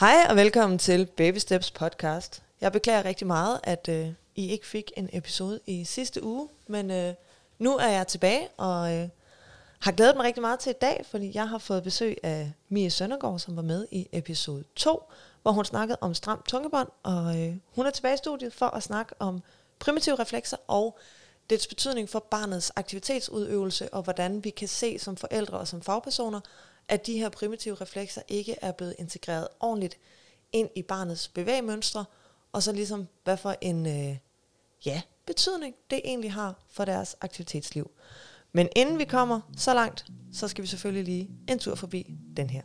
Hej og velkommen til Baby Steps podcast. Jeg beklager rigtig meget, at I ikke fik en episode i sidste uge, men nu er jeg tilbage og har glædet mig rigtig meget til i dag, fordi jeg har fået besøg af Mie Søndergaard, som var med i episode 2, hvor hun snakkede om stramt tungebånd, og hun er tilbage i studiet for at snakke om primitive reflekser og dets betydning for barnets aktivitetsudøvelse, og hvordan vi kan se som forældre og som fagpersoner, at de her primitive reflekser ikke er blevet integreret ordentligt ind i barnets bevægemønstre, og så ligesom, hvad for en betydning det egentlig har for deres aktivitetsliv. Men inden vi kommer så langt, så skal vi selvfølgelig lige en tur forbi den her.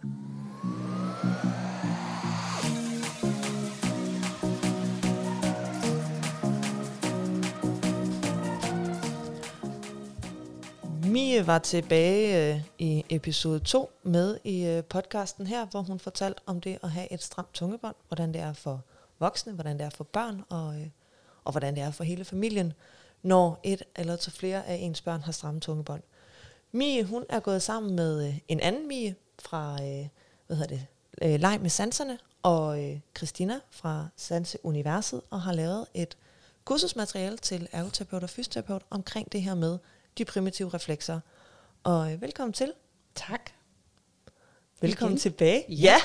Mie var tilbage i episode 2 med i podcasten her, hvor hun fortalte om det at have et stramt tungebånd, hvordan det er for voksne, hvordan det er for børn, og hvordan det er for hele familien, når et eller til flere af ens børn har stramt tungebånd. Mie, hun er gået sammen med en anden Mie fra Leg med Sanserne, og Christina fra Sanse Universet, og har lavet et kursusmateriale til ergoterapeut og fysioterapeut omkring det her med de primitive reflekser. Og velkommen til. Tak. Velkommen tilbage. Ja.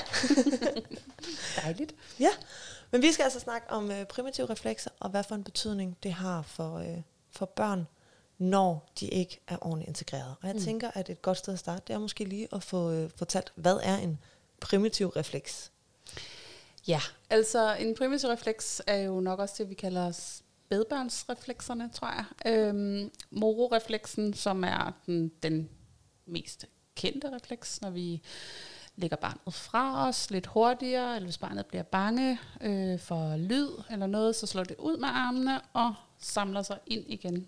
Dejligt. Ja, men vi skal altså snakke om primitive reflekser, og hvad for en betydning det har for børn, når de ikke er ordentligt integreret. Og jeg tænker, at et godt sted at starte, det er måske lige at få fortalt, hvad er en primitiv refleks? Ja, altså en primitiv refleks er jo nok også det, vi kalder spædbørnsreflekserne, tror jeg. Mororefleksen, som er den mest kendte refleks, når vi lægger barnet fra os lidt hurtigere, eller hvis barnet bliver bange for lyd eller noget, så slår det ud med armene og samler sig ind igen.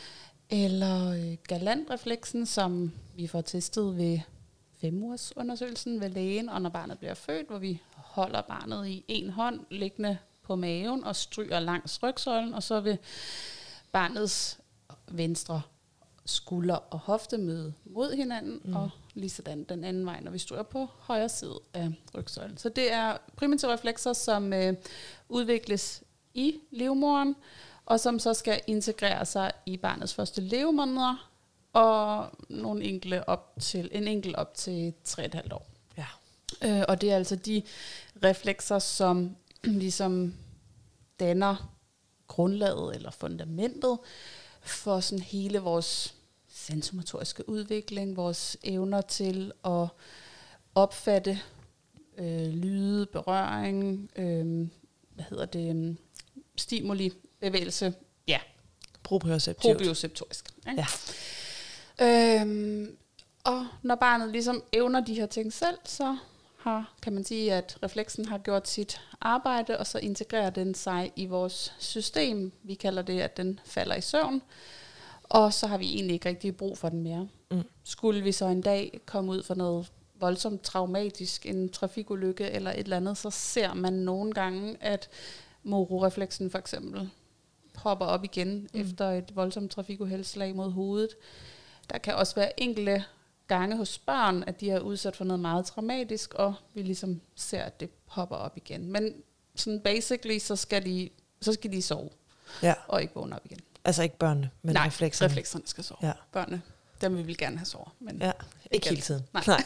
Eller galantrefleksen, som vi får testet ved 5-ugers undersøgelsen ved lægen, og når barnet bliver født, hvor vi holder barnet i en hånd liggende på maven og stryger langs rygsøjlen, og så vil barnets venstre skulder og hofte møde mod hinanden, og lige sådan den anden vej, når vi stryger på højre side af rygsøjlen. Så det er primitive reflekser, som udvikles i livmoderen, og som så skal integrere sig i barnets første levemåneder, og en enkelt op til 3,5 år. Ja. Og det er altså de reflekser, som ligesom danner grundlaget eller fundamentet for sådan hele vores sensomotoriske udvikling, vores evner til at opfatte lyde, berøring, stimuli, bevægelse, ja, proprioceptorisk. Ja. Og når barnet ligesom evner de her ting selv, så kan man sige, at refleksen har gjort sit arbejde, og så integrerer den sig i vores system. Vi kalder det, at den falder i søvn, og så har vi egentlig ikke rigtig brug for den mere. Skulle vi så en dag komme ud for noget voldsomt traumatisk, en trafikulykke eller et eller andet, så ser man nogle gange, at mororefleksen for eksempel hopper op igen efter et voldsomt trafikuheldslag mod hovedet. Der kan også være enkelte gange hos børn, at de er udsat for noget meget traumatisk, og vi ligesom ser, at det hopper op igen. Men sådan basically, så skal de sove, og ikke vågne op igen. Altså ikke børnene, men nej, reflekserne. reflekserne skal sove. Ja. Børnene, dem vil vi gerne have sovet. Men ikke hele tiden. Nej.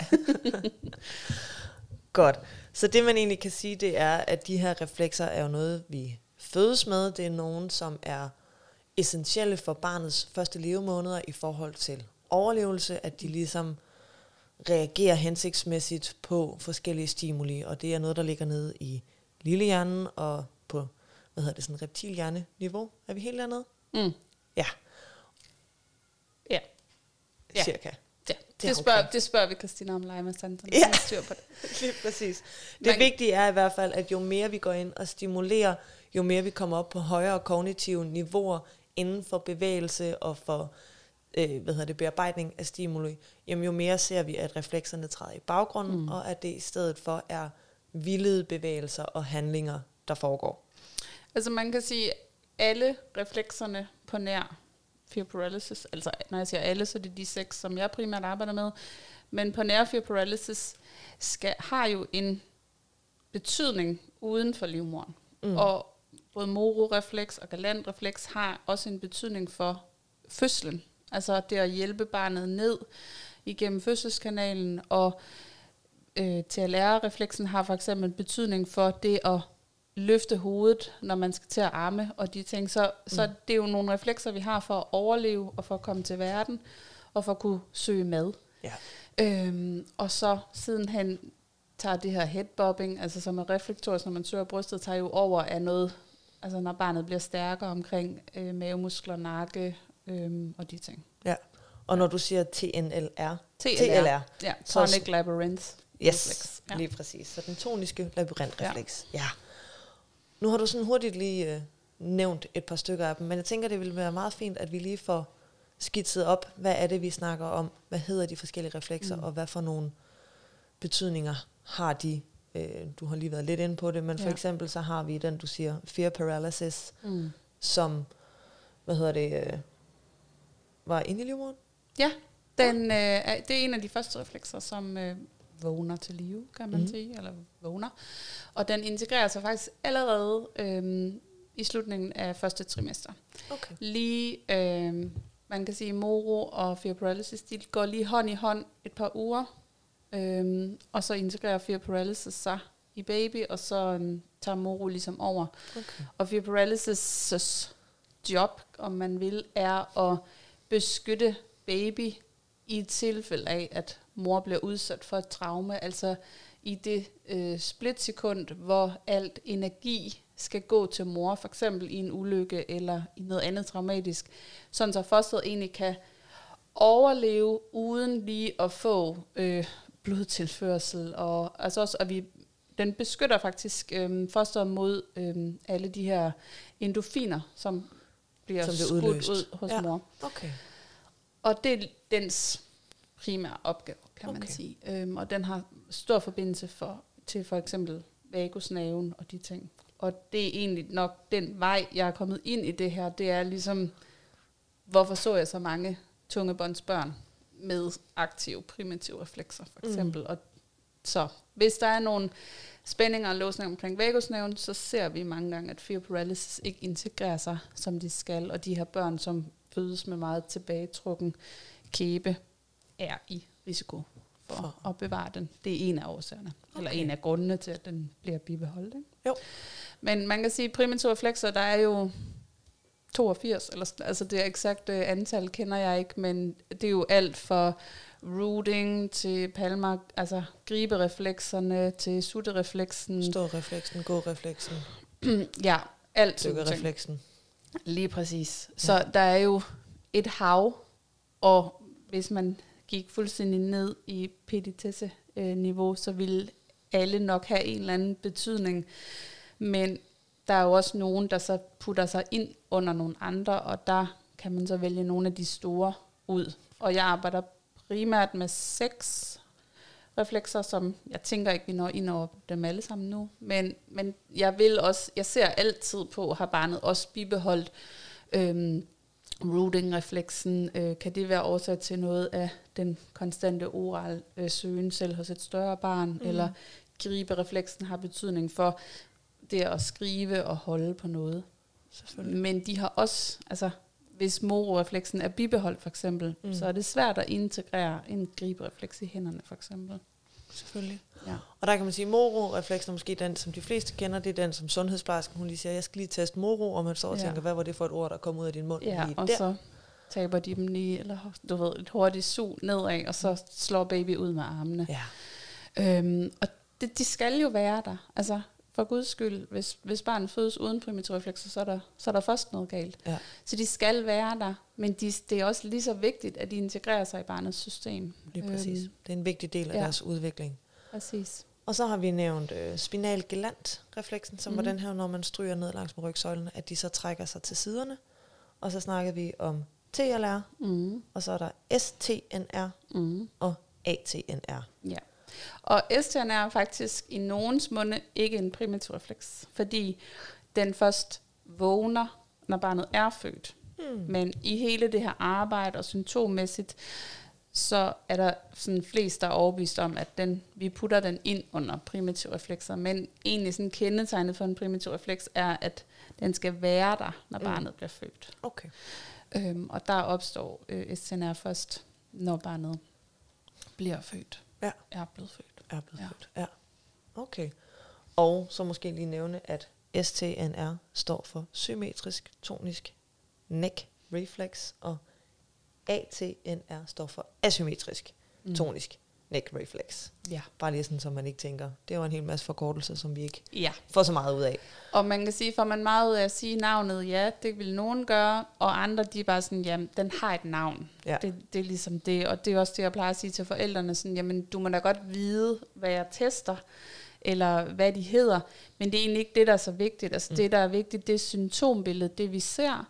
Godt. Så det man egentlig kan sige, det er, at de her reflekser er jo noget, vi fødes med. Det er nogen, som er essentielle for barnets første levemåneder i forhold til overlevelse, at de ligesom reagerer hensigtsmæssigt på forskellige stimuli, og det er noget, der ligger nede i lillehjernen og på, sådan reptilhjerne-niveau. Er vi helt dernede? Ja. Ja. Cirka. Ja, det spørger vi Christina om Leg med Sanserne. Ja, styr på det. Lige præcis. Det vigtige er i hvert fald, at jo mere vi går ind og stimulerer, jo mere vi kommer op på højere kognitive niveauer inden for bevægelse og for bearbejdning af stimuli, jamen jo mere ser vi, at reflekserne træder i baggrunden, og at det i stedet for er vildede bevægelser og handlinger, der foregår. Altså man kan sige, alle reflekserne på nær fear paralysis, altså når jeg siger alle, så det er de 6, som jeg primært arbejder med, men på nær fear paralysis har jo en betydning uden for livmoderen. Og både mororefleks og galantrefleks har også en betydning for fødslen. Altså det at hjælpe barnet ned igennem fødselskanalen, og TLR-refleksen har for eksempel betydning for det at løfte hovedet, når man skal til at amme, og de ting. Så det er jo nogle reflekser, vi har for at overleve, og for at komme til verden, og for at kunne søge mad. Ja. Og så sidenhen tager det her headbobbing, altså som er reflektorisk, når man søger brystet, tager jo over af noget, altså når barnet bliver stærkere omkring mavemuskler, nakke og de ting. Ja, og når du siger TLR, ja, tonic labyrinth. Yes, lige præcis. Så den toniske labyrintrefleks. Ja. Nu har du sådan hurtigt lige nævnt et par stykker af dem, men jeg tænker, det ville være meget fint, at vi lige får skitset op, hvad er det, vi snakker om, hvad hedder de forskellige reflekser, og hvad for nogle betydninger har de. Du har lige været lidt inde på det, men for eksempel så har vi den, du siger, fear paralysis, som, var inde i livmoderen? Ja, det er en af de første reflekser, som vågner til live, kan man sige, eller vågner. Og den integrerer sig faktisk allerede i slutningen af første trimester. Okay. Lige, man kan sige, moro og fear paralysis, de går lige hånd i hånd et par uger, og så integrerer fear paralysis sig i baby, og så tager moro ligesom over. Okay. Og fear paralysis' job, om man vil, er at beskytte baby i et tilfælde af, at mor bliver udsat for et traume, altså i det splitsekund, hvor alt energi skal gå til mor, for eksempel i en ulykke eller i noget andet traumatisk, sådan så fosteret egentlig kan overleve uden lige at få blodtilførsel, og altså også, at den beskytter faktisk fosteret mod alle de her endorfiner, som bliver skudt ud hos mor. Okay. Og det er dens primære opgave, kan man sige. Og den har stor forbindelse til for eksempel vagusnerven og de ting. Og det er egentlig nok den vej, jeg er kommet ind i det her. Det er ligesom, hvorfor så jeg så mange tungebåndsbørn med aktive, primitive reflekser, for eksempel. Og så hvis der er nogle spændinger og låsninger omkring vagusnerven, så ser vi mange gange, at fear paralysis ikke integrerer sig, som de skal. Og de her børn, som fødes med meget tilbagetrukken kæbe, er i risiko for at bevare den. Det er en af årsagerne, eller en af grundene til, at den bliver bibeholdt. Ikke? Jo. Men man kan sige, at primitive reflekser, der er jo 82, altså det eksakte antal kender jeg ikke, men det er jo alt for rooting til palmar, altså gribereflekserne til sutterefleksen. Stå-refleksen, gå-refleksen. Ja, alt. Dykker-refleksen. Lige præcis. Så der er jo et hav, og hvis man gik fuldstændig ned i petitesse-niveau, så ville alle nok have en eller anden betydning. Men der er jo også nogen, der så putter sig ind under nogle andre, og der kan man så vælge nogle af de store ud. Og jeg arbejder primært med 6 reflekser, som jeg tænker ikke, vi når ind over dem alle sammen nu. Men jeg ser altid på, har barnet også bibeholdt rooting-refleksen. Kan det være årsag til noget af den konstante oral søgen selv hos et større barn? Eller griberefleksen har betydning for det at skrive og holde på noget. Men de har også, altså hvis mororefleksen er bibeholdt for eksempel, så er det svært at integrere en griberefleks i hænderne for eksempel. Selvfølgelig. Ja. Og der kan man sige, mororefleksen er måske den, som de fleste kender, det er den, som sundhedsplejersken, hun lige siger, jeg skal lige teste moro, og man står og tænker, hvad var det for et ord, der kom ud af din mund? Ja, lige og der. Så taber de dem lige, eller du ved, et hurtigt sug nedad, og så slår baby ud med armene. Ja. Og de skal jo være der. Altså, for guds skyld, hvis barnet fødes uden primitive reflekser, så er der først noget galt. Ja. Så de skal være der, men det er også lige så vigtigt, at de integrerer sig i barnets system. Lige præcis. Det er en vigtig del af deres udvikling. Præcis. Og så har vi nævnt spinal gelant-refleksen, som var den her, når man stryger ned langs med rygsøjlen, at de så trækker sig til siderne. Og så snakkede vi om TLR, og så er der STNR og ATNR. Ja. Og STNR er faktisk i nogens munde ikke en primitiv refleks, fordi den først vågner, når barnet er født. Men i hele det her arbejde og symptommæssigt, så er der sådan flest, der er overbevist om, at vi putter den ind under primitive reflekser. Men egentlig sådan kendetegnet for en primitiv refleks er, at den skal være der, når barnet bliver født. Okay. Og der opstår STNR først, når barnet bliver født. Ja. Er blevet født. Er blevet født, ja. Okay. Og så måske lige nævne, at STNR står for symmetrisk tonisk neck reflex, og ATNR står for asymmetrisk tonisk neck reflex. Ja. Bare lige sådan, så man ikke tænker, det var en hel masse forkortelser, som vi ikke Ja. får så meget ud af. Og man kan sige, får man meget ud af at sige navnet, ja, det vil nogen gøre, og andre, de er bare sådan, jamen, den har et navn. Ja. Det er ligesom det, og det er også det, jeg plejer at sige til forældrene, sådan, jamen, du må da godt vide, hvad jeg tester, eller hvad de hedder, men det er egentlig ikke det, der er så vigtigt. Altså det, der er vigtigt, det er symptombilledet, det vi ser,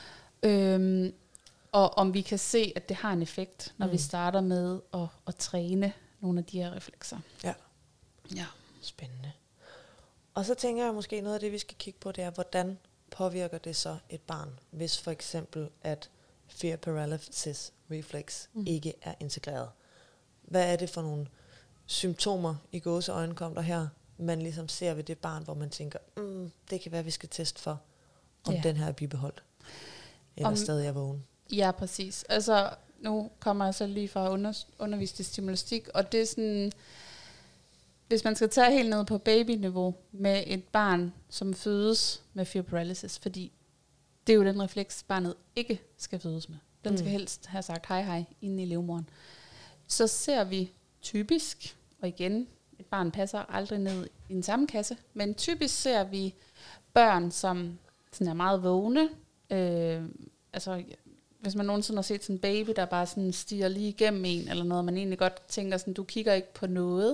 og om vi kan se, at det har en effekt, når vi starter med at træne nogle af de her reflekser. Ja. Ja. Spændende. Og så tænker jeg måske noget af det, vi skal kigge på, det er, hvordan påvirker det så et barn, hvis for eksempel, at fear paralysis reflex ikke er integreret. Hvad er det for nogle symptomer i gåseøjne kom der her, man ligesom ser ved det barn, hvor man tænker, det kan være, vi skal teste for, om den her er bibeholdt, eller stadig er vågen. Ja, præcis. Altså, nu kommer jeg så lige fra undervist i stimulastik, og det er sådan, hvis man skal tage helt ned på babyniveau med et barn, som fødes med fear paralysis, fordi det er jo den refleks, barnet ikke skal fødes med. Den skal helst have sagt hej hej inde i livmoderen. Så ser vi typisk, og igen, et barn passer aldrig ned i den samme kasse, men typisk ser vi børn, som sådan er meget vågne. Altså, hvis man nogensinde har set sådan en baby, der bare sådan stiger lige igennem en, eller noget, man egentlig godt tænker sådan, du kigger ikke på noget.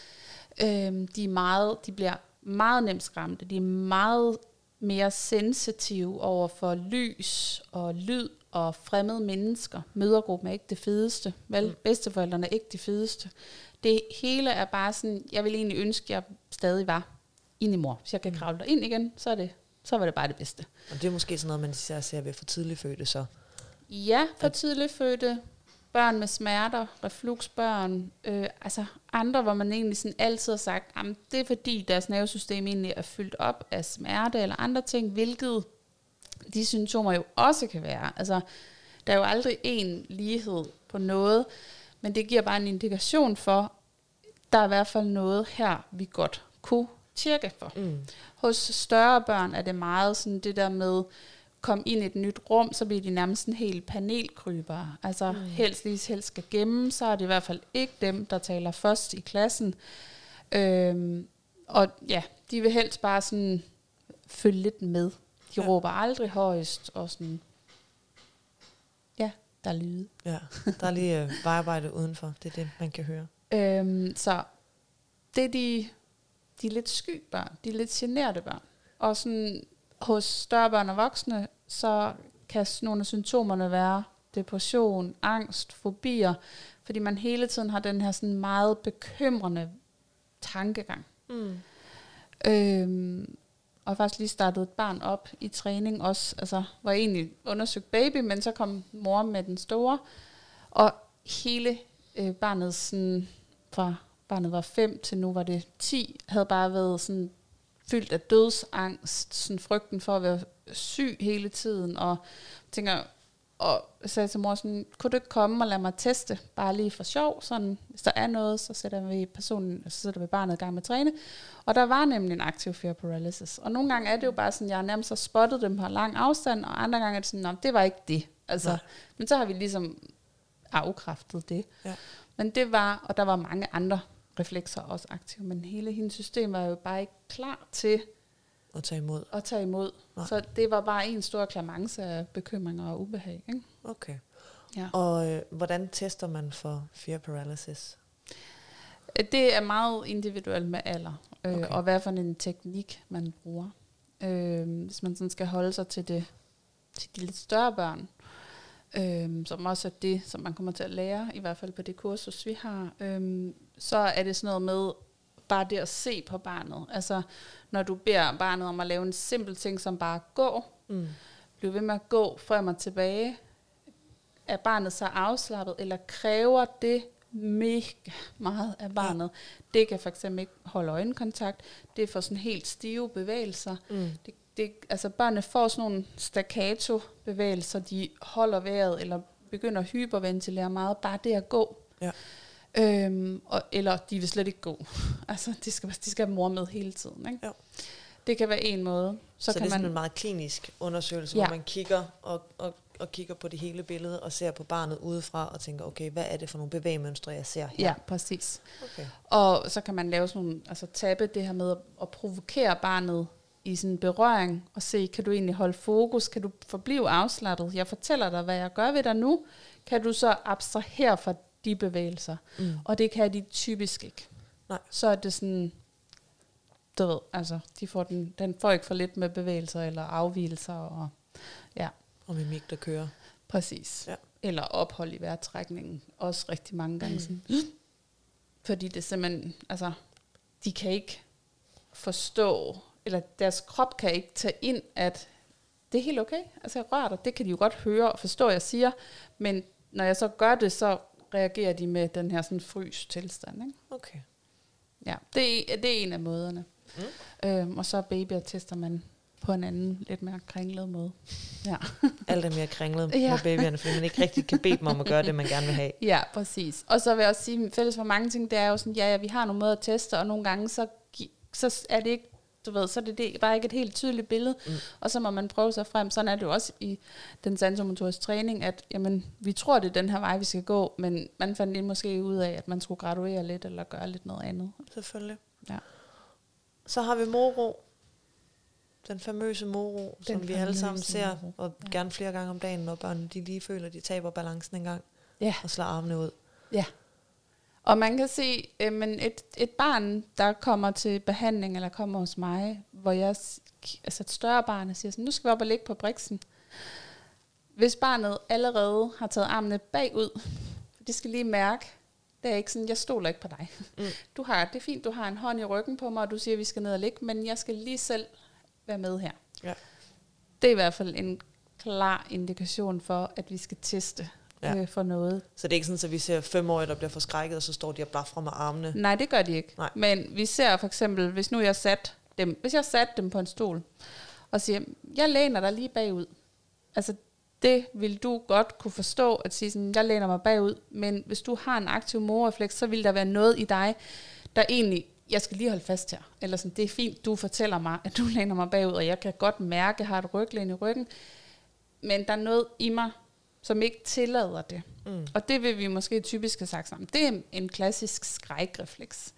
De bliver meget nemt skræmte. De er meget mere sensitive over for lys og lyd og fremmede mennesker. Mødergruppen er ikke det fedeste. Vel, bedsteforældrene er ikke de fedeste. Det hele er bare sådan, jeg vil egentlig ønske, at jeg stadig var inde i mor. Hvis jeg kan kravle der ind igen, så var det bare det bedste. Og det er måske sådan noget, man især ser ved for tidligt fødte så. Ja, for tidligt fødte, børn med smerter, refluxbørn, altså andre, hvor man egentlig sådan altid har sagt, at det er fordi deres nervesystem egentlig er fyldt op af smerte eller andre ting, hvilket de symptomer jo også kan være. Altså, der er jo aldrig en lighed på noget, men det giver bare en indikation for, der er i hvert fald noget her, vi godt kunne tjekke for. Hos større børn er det meget sådan det der med, kom ind i et nyt rum, så bliver de nærmest en helt panelkryber. Altså helst skal gemme, så er det i hvert fald ikke dem, der taler først i klassen. Og ja, de vil helst bare sådan følge lidt med. De råber aldrig højst, og sådan, ja, der er lyde. Ja, der er lige vejarbejde udenfor, det er det, man kan høre. Så det er de lidt sky børn, de lidt generede børn. Og sådan hos større børn og voksne, så kan nogle af symptomerne være depression, angst, fobier, fordi man hele tiden har den her sådan meget bekymrende tankegang. Og jeg faktisk lige startet et barn op i træning også, altså var egentlig undersøgt baby, men så kom mor med den store, og hele barnet sådan, fra barnet var 5 til nu var det 10, havde bare været sådan fyldt af dødsangst, sådan frygten for at være syg hele tiden, og sagde til mor sådan, kunne du ikke komme og lade mig teste, bare lige for sjov, sådan, hvis der er noget, så sætter vi barnet i gang med at træne, og der var nemlig en aktiv fear paralysis, og nogle gange er det jo bare sådan, jeg har nærmest så spottet dem på lang afstand, og andre gange er det sådan, det var ikke det, altså, men så har vi ligesom afkræftet det, men det var, og der var mange andre reflekser også aktive, men hele hendes system var jo bare ikke klar til at tage imod. Så det var bare en stor klamance af bekymringer og ubehag. Ikke? Okay. Ja. Og hvordan tester man for fear paralysis? Det er meget individuelt med alder, og hvad for en teknik man bruger. Hvis man sådan skal holde sig til de lidt større børn, som også er det, som man kommer til at lære, i hvert fald på det kursus, vi har, så er det sådan noget med bare det at se på barnet. Altså, når du beder barnet om at lave en simpel ting, som bare gå, blive ved med at gå frem og tilbage, er barnet så afslappet, eller kræver det mega meget af barnet. Ja. Det kan for eksempel ikke holde øjenkontakt. Det er for sådan helt stive bevægelser. Altså børnene får sådan nogle staccato-bevægelser, de holder vejret, eller begynder at hyperventilere meget, bare det at gå. Ja. Eller de vil slet ikke gå. Altså, de skal have mor med hele tiden. Ikke? Ja. Det kan være en måde. Så kan det er sådan en meget klinisk undersøgelse, hvor man kigger og kigger på det hele billede, og ser på barnet udefra, og tænker, okay, hvad er det for nogle bevægemønstre, jeg ser her? Ja, præcis. Okay. Og så kan man lave sådan nogle, altså tabe det her med at provokere barnet i sådan en berøring, og se, kan du egentlig holde fokus, kan du forblive afslappet? Jeg fortæller dig, hvad jeg gør ved dig nu. Kan du så abstrahere fra de bevægelser? Og det kan de typisk ikke. Nej. Så er det sådan, du ved, altså, den får ikke for lidt med bevægelser eller afvigelser, og ja. Og mimik, der kører. Præcis. Ja. Eller ophold i vejrtrækningen, også rigtig mange gange. Sådan. Fordi det simpelthen, altså, de kan ikke forstå, eller deres krop kan ikke tage ind, at det er helt okay. Altså jeg rører dig, det kan de jo godt høre og forstå, jeg siger, men når jeg så gør det, så reagerer de med den her sådan frys tilstand. Ikke? Okay. Ja, det er en af måderne. Og så babyer tester man på en anden, lidt mere kringlet måde. Ja. Alt er mere kringlet med babyerne, fordi man ikke rigtig kan bede dem om at gøre det, man gerne vil have. Ja, præcis. Og så vil jeg også sige, fælles for mange ting, det er jo sådan, ja, vi har nogle måder at teste, og nogle gange, så er det ikke, du ved, så er det bare ikke et helt tydeligt billede, og så må man prøve sig frem. Sådan er det jo også i den sansomotoriske træning, at jamen, vi tror, det er den her vej, vi skal gå, men man fandt lige måske ud af, at man skulle graduere lidt, eller gøre lidt noget andet. Selvfølgelig. Ja. Så har vi moro. Den famøse moro, som vi alle sammen ser, og gerne flere gange om dagen, når børn de lige føler, at de taber balancen en gang, og slår armene ud. Ja. Og man kan se, men et barn, der kommer til behandling, eller kommer hos mig, hvor jeg, altså et større barn, og siger sådan, nu skal vi op og ligge på briksen. Hvis barnet allerede har taget armene bagud, de skal lige mærke, det er ikke sådan, jeg stoler ikke på dig. Det er fint, du har en hånd i ryggen på mig, og du siger, at vi skal ned og ligge, men jeg skal lige selv være med her. Ja. Det er i hvert fald en klar indikation for, at vi skal teste for noget. Så det er ikke sådan, at vi ser 5-årige, der bliver forskrækket, og så står de og blafrer med armene? Nej, det gør de ikke. Nej. Men vi ser for eksempel, hvis jeg satte dem på en stol, og siger, jeg læner dig lige bagud. Altså, det vil du godt kunne forstå, at sige sådan, jeg læner mig bagud, men hvis du har en aktiv morrefleks, så vil der være noget i dig, der egentlig, jeg skal lige holde fast her. Eller sådan, det er fint, du fortæller mig, at du læner mig bagud, og jeg kan godt mærke, at jeg har et ryglæn i ryggen, men der er noget i mig, som ikke tillader det. Og det vil vi måske typisk have sagt sammen. Det er en klassisk skrækrefleks.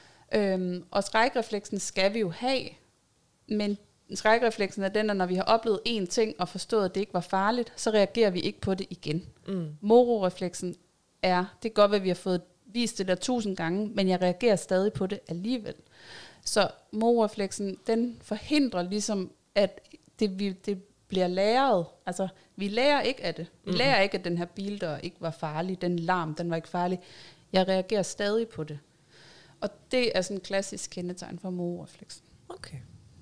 Og skrækrefleksen skal vi jo have, men skrækrefleksen er den, at når vi har oplevet én ting og forstået, at det ikke var farligt, så reagerer vi ikke på det igen. Mororefleksen er, det er godt, at vi har fået vist det der 1000 gange, men jeg reagerer stadig på det alligevel. Så mororefleksen, den forhindrer ligesom, at det bliver læret. Altså, vi lærer ikke af det. Vi lærer ikke, at den her bildør ikke var farlig. Den larm, den var ikke farlig. Jeg reagerer stadig på det. Og det er sådan en klassisk kendetegn for mororefleksen. Okay.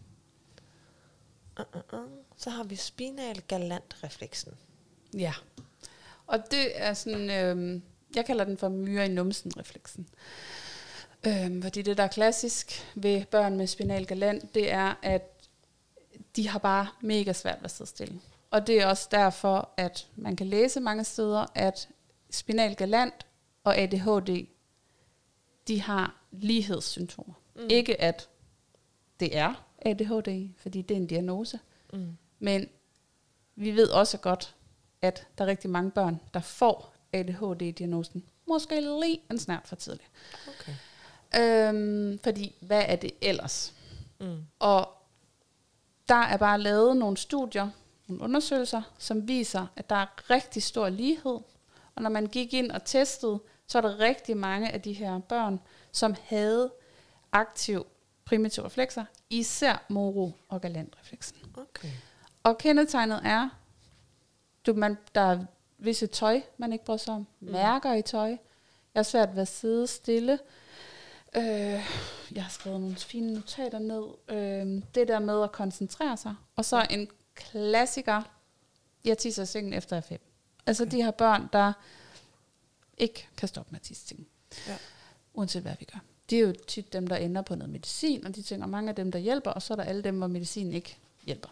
Så har vi spinal galant refleksen. Ja. Og det er sådan, jeg kalder den for myre i numsen refleksen. Fordi det, der er klassisk ved børn med spinal galant, det er, at de har bare mega svært ved at sidde stille. Og det er også derfor, at man kan læse mange steder, at spinal galant og ADHD, de har lighedssymptomer. Ikke at det er ADHD, fordi det er en diagnose. Men vi ved også godt, at der er rigtig mange børn, der får ADHD-diagnosen. Måske lige en snart for tidligt. Okay. Fordi, hvad er det ellers? Og der er bare lavet nogle studier, nogle undersøgelser, som viser, at der er rigtig stor lighed. Og når man gik ind og testede, så er der rigtig mange af de her børn, som havde aktiv primitive reflekser, især moro- og galantrefleksen. Okay. Og kendetegnet er, der er visse tøj, man ikke bryder sig om, mærker i tøj. Jeg har svært ved at sidde stille. Jeg har skrevet nogle fine notater ned. Det der med at koncentrere sig. Og så en klassiker, jeg tisser i sengen efter jeg er 5. Altså de her børn, der ikke kan stoppe med at tisse ting. Ja. Uanset hvad vi gør. De er jo tit dem, der ender på noget medicin, og de tænker mange af dem, der hjælper, og så er der alle dem, hvor medicin ikke hjælper.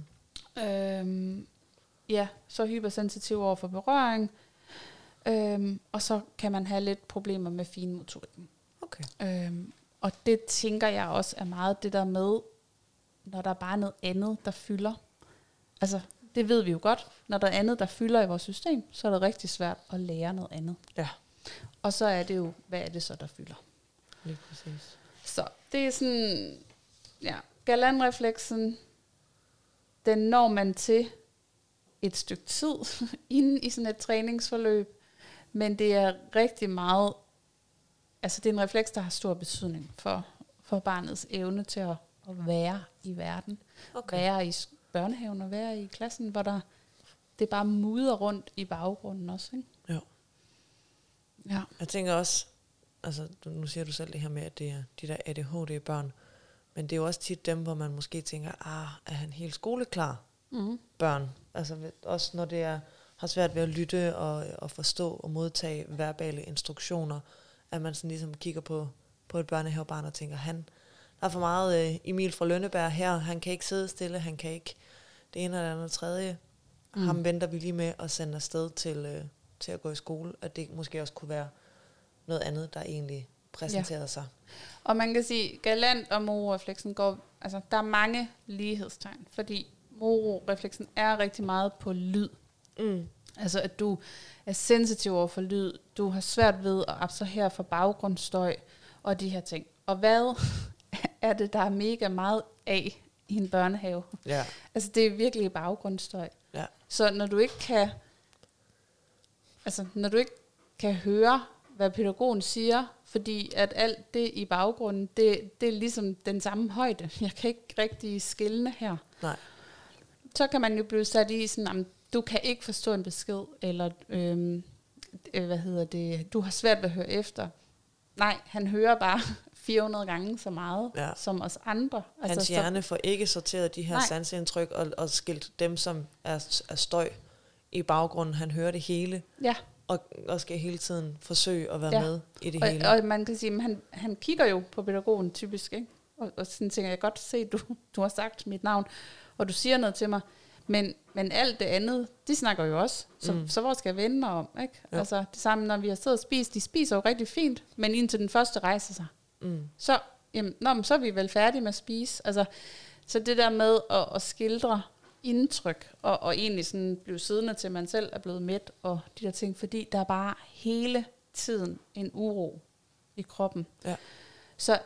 Så hypersensitiv over for berøring, og så kan man have lidt problemer med finmotorikken. Okay. Og det tænker jeg også er meget det der med, når der er bare noget andet, der fylder. Altså, det ved vi jo godt. Når der er andet, der fylder i vores system, så er det rigtig svært at lære noget andet. Ja. Og så er det jo, hvad er det så, der fylder? Lige præcis. Så det er sådan, Galant-refleksen, den når man til et stykke tid inde i sådan et træningsforløb, men det er rigtig meget, altså det er en refleks, der har stor betydning for barnets evne til at være i verden, være i børnehaven og være i klassen, hvor det bare mudder rundt i baggrunden også, ikke? Jo. Ja. Jeg tænker også, altså nu siger du selv det her med, at det er de der ADHD-børn, men det er jo også tit dem, hvor man måske tænker, er han helt skoleklar? Børn. Altså også når det har svært ved at lytte og forstå og modtage verbale instruktioner, at man sådan ligesom kigger på et børnehavebarn og tænker, der er for meget Emil fra Lønneberg her, han kan ikke sidde stille, han kan ikke det ene eller andet tredje. Ham venter vi lige med at sende afsted til at gå i skole, at det måske også kunne være noget andet, der egentlig præsenterede sig. Og man kan sige, Galant og Moro-refleksen der er mange lighedstegn, fordi Moro-refleksen er rigtig meget på lyd. Altså at du er sensitiv over for lyd, du har svært ved at abstrahere fra baggrundsstøj og de her ting. Og hvad er det, der er mega meget af i en børnehave? Ja. Altså det er virkelig baggrundsstøj. Ja. Så når du ikke kan høre, hvad pædagogen siger, fordi at alt det i baggrunden, det er ligesom den samme højde. Jeg kan ikke rigtig skelne her. Nej. Så kan man jo blive sat i sådan, du kan ikke forstå en besked, eller du har svært ved at høre efter. Nej, han hører bare 400 gange så meget som os andre. Hans hjerne får ikke sorteret de her sanseindtryk og skilt dem, som er støj i baggrunden. Han hører det hele. Ja. Og skal hele tiden forsøge at være med i det hele. Og man kan sige, at han kigger jo på pædagogen typisk, ikke? Og sådan tænker jeg godt se, du har sagt mit navn, og du siger noget til mig. Men alt det andet, de snakker jo også. Så hvor skal jeg vende mig om? Ikke? Altså det samme, når vi har siddet og spist. De spiser jo rigtig fint, men indtil den første rejser sig. Så er vi vel færdige med at spise. Altså, så det der med at skildre indtryk, og egentlig sådan blive siddende til, man selv er blevet mæt, og de der ting, fordi der er bare hele tiden en uro i kroppen. Ja. Så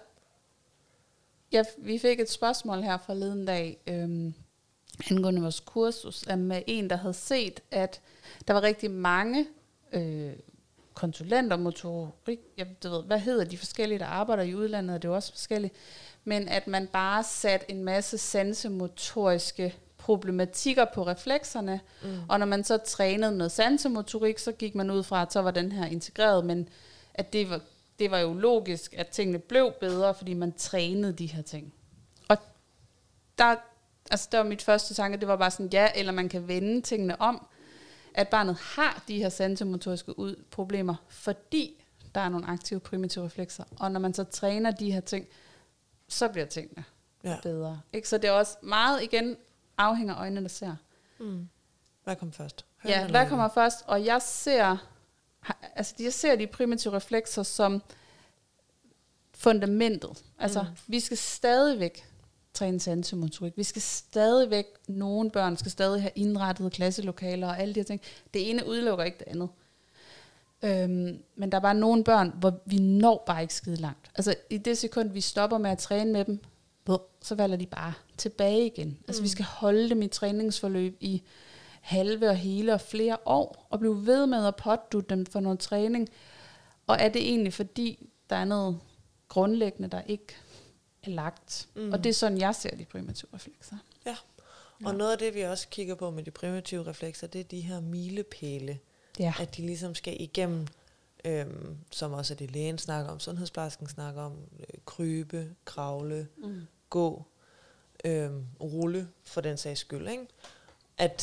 vi fik et spørgsmål her forleden dag, angående vores kursus, med en, der havde set, at der var rigtig mange konsulenter, motorik, hvad hedder de forskellige, der arbejder i udlandet, det er jo også forskelligt, men at man bare satte en masse sansemotoriske problematikker på reflekserne, og når man så trænede noget sansemotorik, så gik man ud fra, at så var den her integreret, men at det var jo logisk, at tingene blev bedre, fordi man trænede de her ting. Og der var mit første tanke, det var bare sådan, eller man kan vende tingene om, at barnet har de her sansemotoriske problemer, fordi der er nogle aktive primitive reflekser, og når man så træner de her ting, så bliver tingene bedre. Ikke? Så det er også meget, igen, afhænger af øjnene, der ser. Hvad kommer først? Hvad kommer først? Og jeg ser de primitive reflekser som fundamentet. Altså, vi skal stadigvæk træne sansemotorik. Vi skal stadigvæk, nogle børn skal stadig have indrettede klasselokaler og alle de her ting. Det ene udelukker ikke det andet. Men der er bare nogle børn, hvor vi når bare ikke skide langt. Altså, i det sekund, vi stopper med at træne med dem, så falder de bare tilbage igen. Altså, vi skal holde dem i træningsforløb i halve og hele og flere år, og blive ved med at pådutte dem for noget træning. Og er det egentlig, fordi der er noget grundlæggende, der ikke er lagt? Og det er sådan, jeg ser de primitive reflekser. Ja, og noget af det, vi også kigger på med de primitive reflekser, det er de her milepæle. Ja. At de ligesom skal igennem, som også er det lægen snakker om, sundhedsplejersken snakker om, krybe, kravle, gå, rulle for den sags skyld. Ikke? At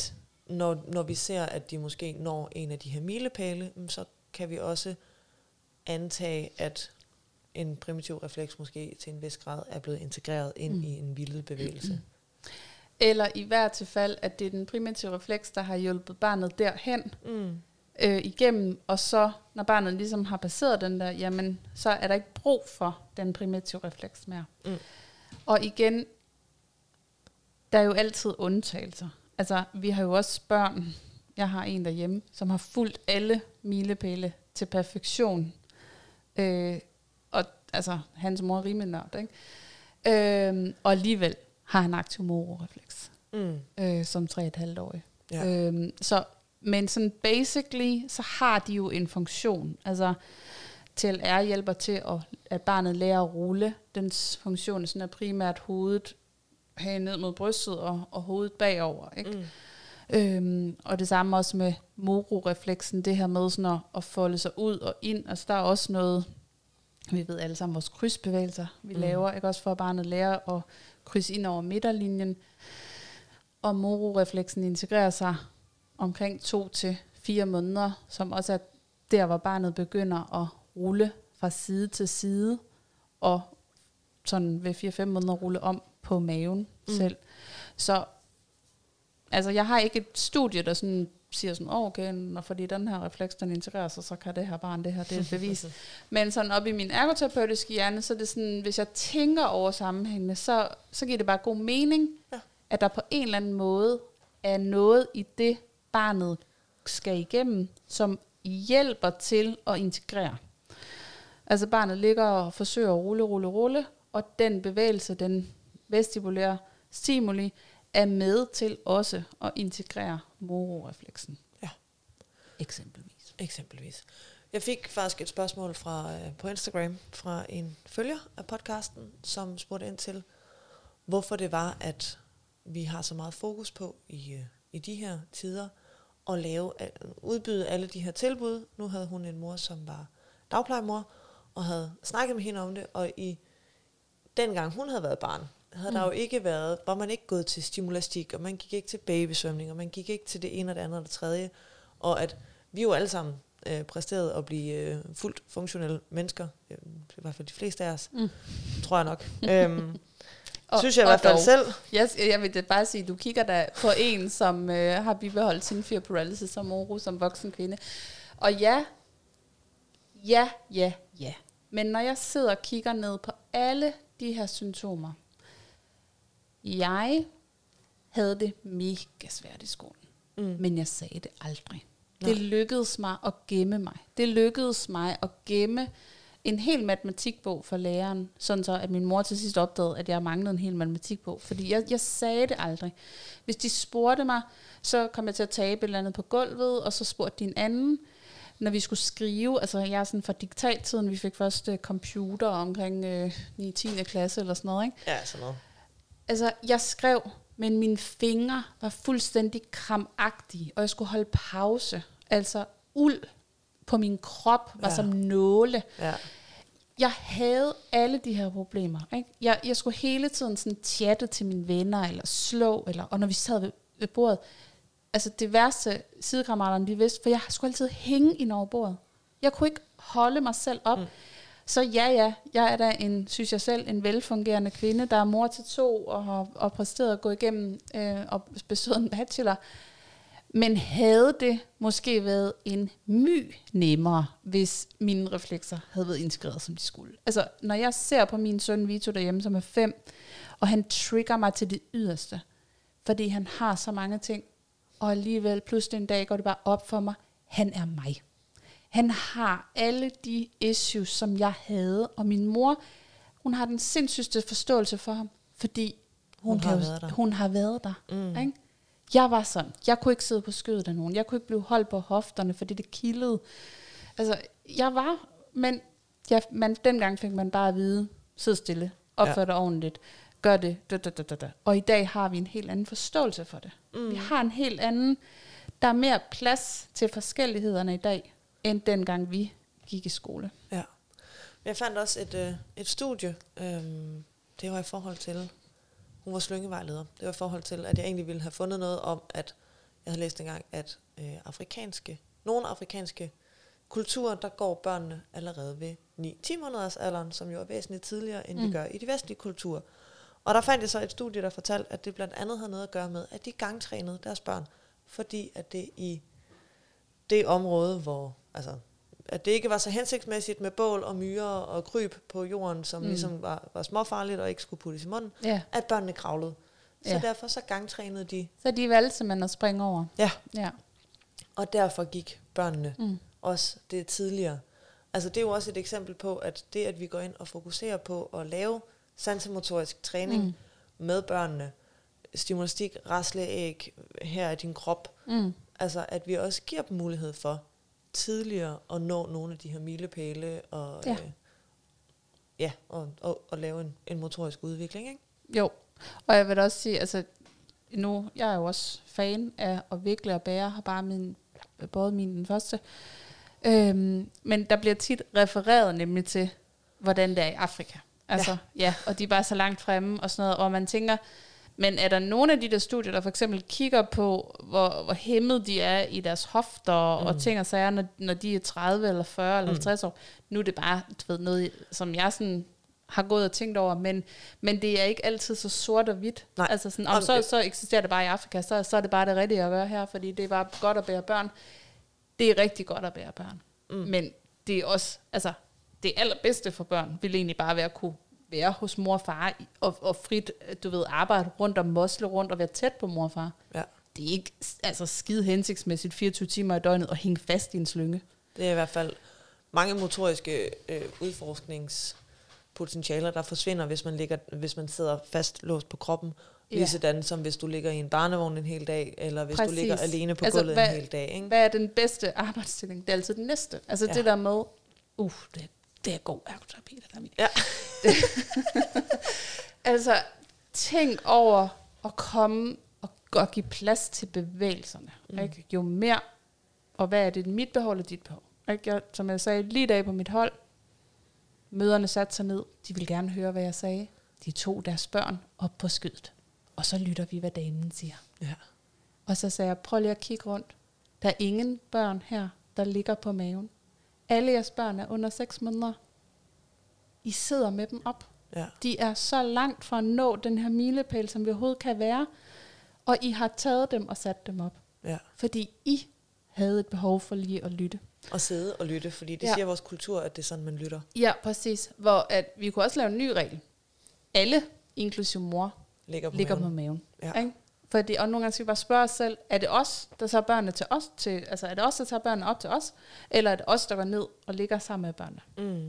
når vi ser, at de måske når en af de her milepæle, så kan vi også antage, at en primitiv refleks måske til en vis grad er blevet integreret ind i en vildet bevægelse. Eller i hvert fald, at det er den primitive refleks, der har hjulpet barnet derhen igennem, og så, når barnet ligesom har passeret den der, jamen, så er der ikke brug for den primitive refleks mere. Og igen, der er jo altid undtagelser. Altså, vi har jo også børn, jeg har en derhjemme, som har fulgt alle milepæle til perfektion. Og altså, hans mor er rimelig nørd, ikke? Og alligevel har han aktiv mororefleks, som 3,5-årig. Ja. Men sådan basically, så har de jo en funktion. Altså, TLR hjælper til, at barnet lærer at rulle. Dens funktion er sådan at primært hovedet have ned mod brystet og hovedet bagover, ikke? Og det samme også med mororefleksen, det her med sådan at folde sig ud og ind. Altså, der er også noget, vi ved alle sammen, vores krydsbevægelser, vi laver, ikke også for at barnet lærer at krydse ind over midterlinjen. Og mororefleksen integrerer sig omkring 2 til 4 måneder, som også er der, hvor barnet begynder at rulle fra side til side, og sådan ved 4-5 måneder rulle om på maven selv. Så altså, jeg har ikke et studie, der sådan siger sådan, okay, når fordi den her refleks, den integrerer sig, så kan det her barn det her, det er et bevis. Men sådan op i min ergoterapeutiske hjerne, så er det sådan, hvis jeg tænker over sammenhængene, så giver det bare god mening, at der på en eller anden måde er noget i det, barnet skal igennem, som hjælper til at integrere. Altså barnet ligger og forsøger at rulle, og den bevægelse, den vestibulære stimuli, er med til også at integrere mororefleksen. Ja. Eksempelvis. Jeg fik faktisk et spørgsmål på Instagram fra en følger af podcasten, som spurgte ind til, hvorfor det var, at vi har så meget fokus på i de her tider, at udbyde alle de her tilbud. Nu havde hun en mor, som var dagplejemor, og havde snakket med hende om det, og dengang hun havde været barn, havde der jo ikke været, var man ikke gået til stimulastik, og man gik ikke til babysvømning, og man gik ikke til det ene og det andet og det tredje, og at vi jo alle sammen præsterede at blive fuldt funktionelle mennesker, i hvert fald de fleste af os, tror jeg nok. Synes jeg i hvert fald selv. Yes, jeg vil bare sige, du kigger da på en, som har bibeholdt sin fear paralysis som moro, som voksen kvinde. Og ja. Men når jeg sidder og kigger ned på alle de her symptomer, jeg havde det mega svært i skolen, men jeg sagde det aldrig. Det lykkedes mig at gemme mig. Det lykkedes mig at gemme en hel matematikbog for læreren, sådan så, at min mor til sidst opdagede, at jeg manglede en hel matematikbog, fordi jeg sagde det aldrig. Hvis de spurgte mig, så kom jeg til at tabe et eller andet på gulvet, og så spurgte de en anden, når vi skulle skrive, altså jeg er sådan fra diktattiden, vi fik først computer omkring 9-10. klasse eller sådan noget, ikke? Ja, sådan noget. Altså, jeg skrev, men mine fingre var fuldstændig kramagtige, og jeg skulle holde pause. Altså, uld på min krop var som nåle. Ja. Jeg havde alle de her problemer. Ikke? Jeg skulle hele tiden sådan chatte til mine venner, eller slå, og når vi sad ved bordet, altså det værste sidekammeraterne, de vidste, for jeg skulle altid hænge ind over bordet. Jeg kunne ikke holde mig selv op. Så ja, jeg er da synes jeg selv, en velfungerende kvinde, der er mor til 2, og har præsteret at gå igennem og bestået en bachelor. Men havde det måske været en my nemmere, hvis mine reflekser havde været integreret, som de skulle. Altså, når jeg ser på min søn Vito derhjemme, som er 5, og han trigger mig til det yderste, fordi han har så mange ting, og alligevel pludselig en dag går det bare op for mig, han er mig. Han har alle de issues, som jeg havde, og min mor, hun har den sindssygste forståelse for ham, fordi hun har været der. Ikke? Jeg var sådan. Jeg kunne ikke sidde på skødet af nogen. Jeg kunne ikke blive holdt på hofterne, fordi det kildede. Altså, jeg var, men dengang fik man bare at vide, sid stille, opfør dig ordentligt, gør det, Og i dag har vi en helt anden forståelse for det. Vi har en helt anden, der er mere plads til forskellighederne i dag, end dengang vi gik i skole. Ja. Jeg fandt også et studie, det var i forhold til, hun var slyngevejleder, det var i forhold til, at jeg egentlig ville have fundet noget om, at jeg havde læst engang, at nogle afrikanske kulturer, der går børnene allerede ved 9-10 måneders alderen, som jo er væsentligt tidligere, end vi gør i de vestlige kulturer. Og der fandt jeg så et studie, der fortalte, at det blandt andet havde noget at gøre med, at de gangtrænede deres børn, fordi at det i det område, hvor, altså, at det ikke var så hensigtsmæssigt med bål og myrer og kryb på jorden, som ligesom var småfarligt og ikke skulle puttes i munden, at børnene kravlede. Så derfor så gangtrænede de. Så de valgte simpelthen at springe over. Ja. Og derfor gik børnene også det tidligere. Altså det er jo også et eksempel på, at det, at vi går ind og fokuserer på at lave sansemotorisk træning med børnene, stimulastik, rasleæg, her er din krop, altså at vi også giver dem mulighed for tidligere at nå nogle af de her milepæle og, og lave en motorisk udvikling, ikke? Jo, og jeg vil da også sige, altså nu, jeg er jo også fan af at vikle og bære, har bare både den første. Men der bliver tit refereret nemlig til, hvordan det er i Afrika. Altså, og de er bare så langt fremme og sådan noget, og man tænker, men er der nogle af de der studier, der for eksempel kigger på, hvor hæmmet de er i deres hofter og ting og sager, når de er 30 eller 40 eller 50 år. Nu er det bare noget, som jeg sådan har gået og tænkt over, men det er ikke altid så sort og hvidt. Nej. Altså sådan, så eksisterer det bare i Afrika, så er det bare det rigtige at gøre her, fordi det er bare godt at bære børn. Det er rigtig godt at bære børn. Men det er også, altså det allerbedste for børn vil egentlig bare være at kunne være hos mor og far og frit, arbejde rundt og mosle rundt og være tæt på mor og far. Ja. Det er ikke altså skide hensigtsmæssigt 24 timer i døgnet og hænge fast i en slynge. Det er i hvert fald mange motoriske udforskningspotentialer, der forsvinder, hvis man sidder fastlåst på kroppen. Ligesådan som hvis du ligger i en barnevogn en hel dag, eller hvis du ligger alene på gulvet en hel dag. Ikke? Hvad er den bedste arbejdsstilling? Det er altid den næste. Altså det der med, det er god ergoterapi, det der. Ja. Altså, tænk over at komme og give plads til bevægelserne. Ikke? Jo mere, og hvad er det, mit behov eller dit behov? Ikke? Som jeg sagde, lige dag på mit hold, møderne satte sig ned, de ville gerne høre, hvad jeg sagde. De tog deres børn op på skødet, og så lytter vi, hvad damen siger. Ja. Og så sagde jeg, prøv lige at kigge rundt. Der er ingen børn her, der ligger på maven. Alle jeres børn er under 6 måneder. I sidder med dem op. Ja. De er så langt fra at nå den her milepæl, som vi overhovedet kan være. Og I har taget dem og sat dem op. Ja. Fordi I havde et behov for lige at lytte. Og sidde og lytte, fordi det siger vores kultur, at det er sådan, man lytter. Ja, præcis. Hvor at vi kunne også lave en ny regel. Alle, inklusive mor, ligger på maven. Ja. Ikke? Fordi, og nogle gange skal vi bare spørge os selv, er det os, der tager børnene til os? Altså er det os, der tager børnene op til os? Eller er det os, der går ned og ligger sammen med børnene?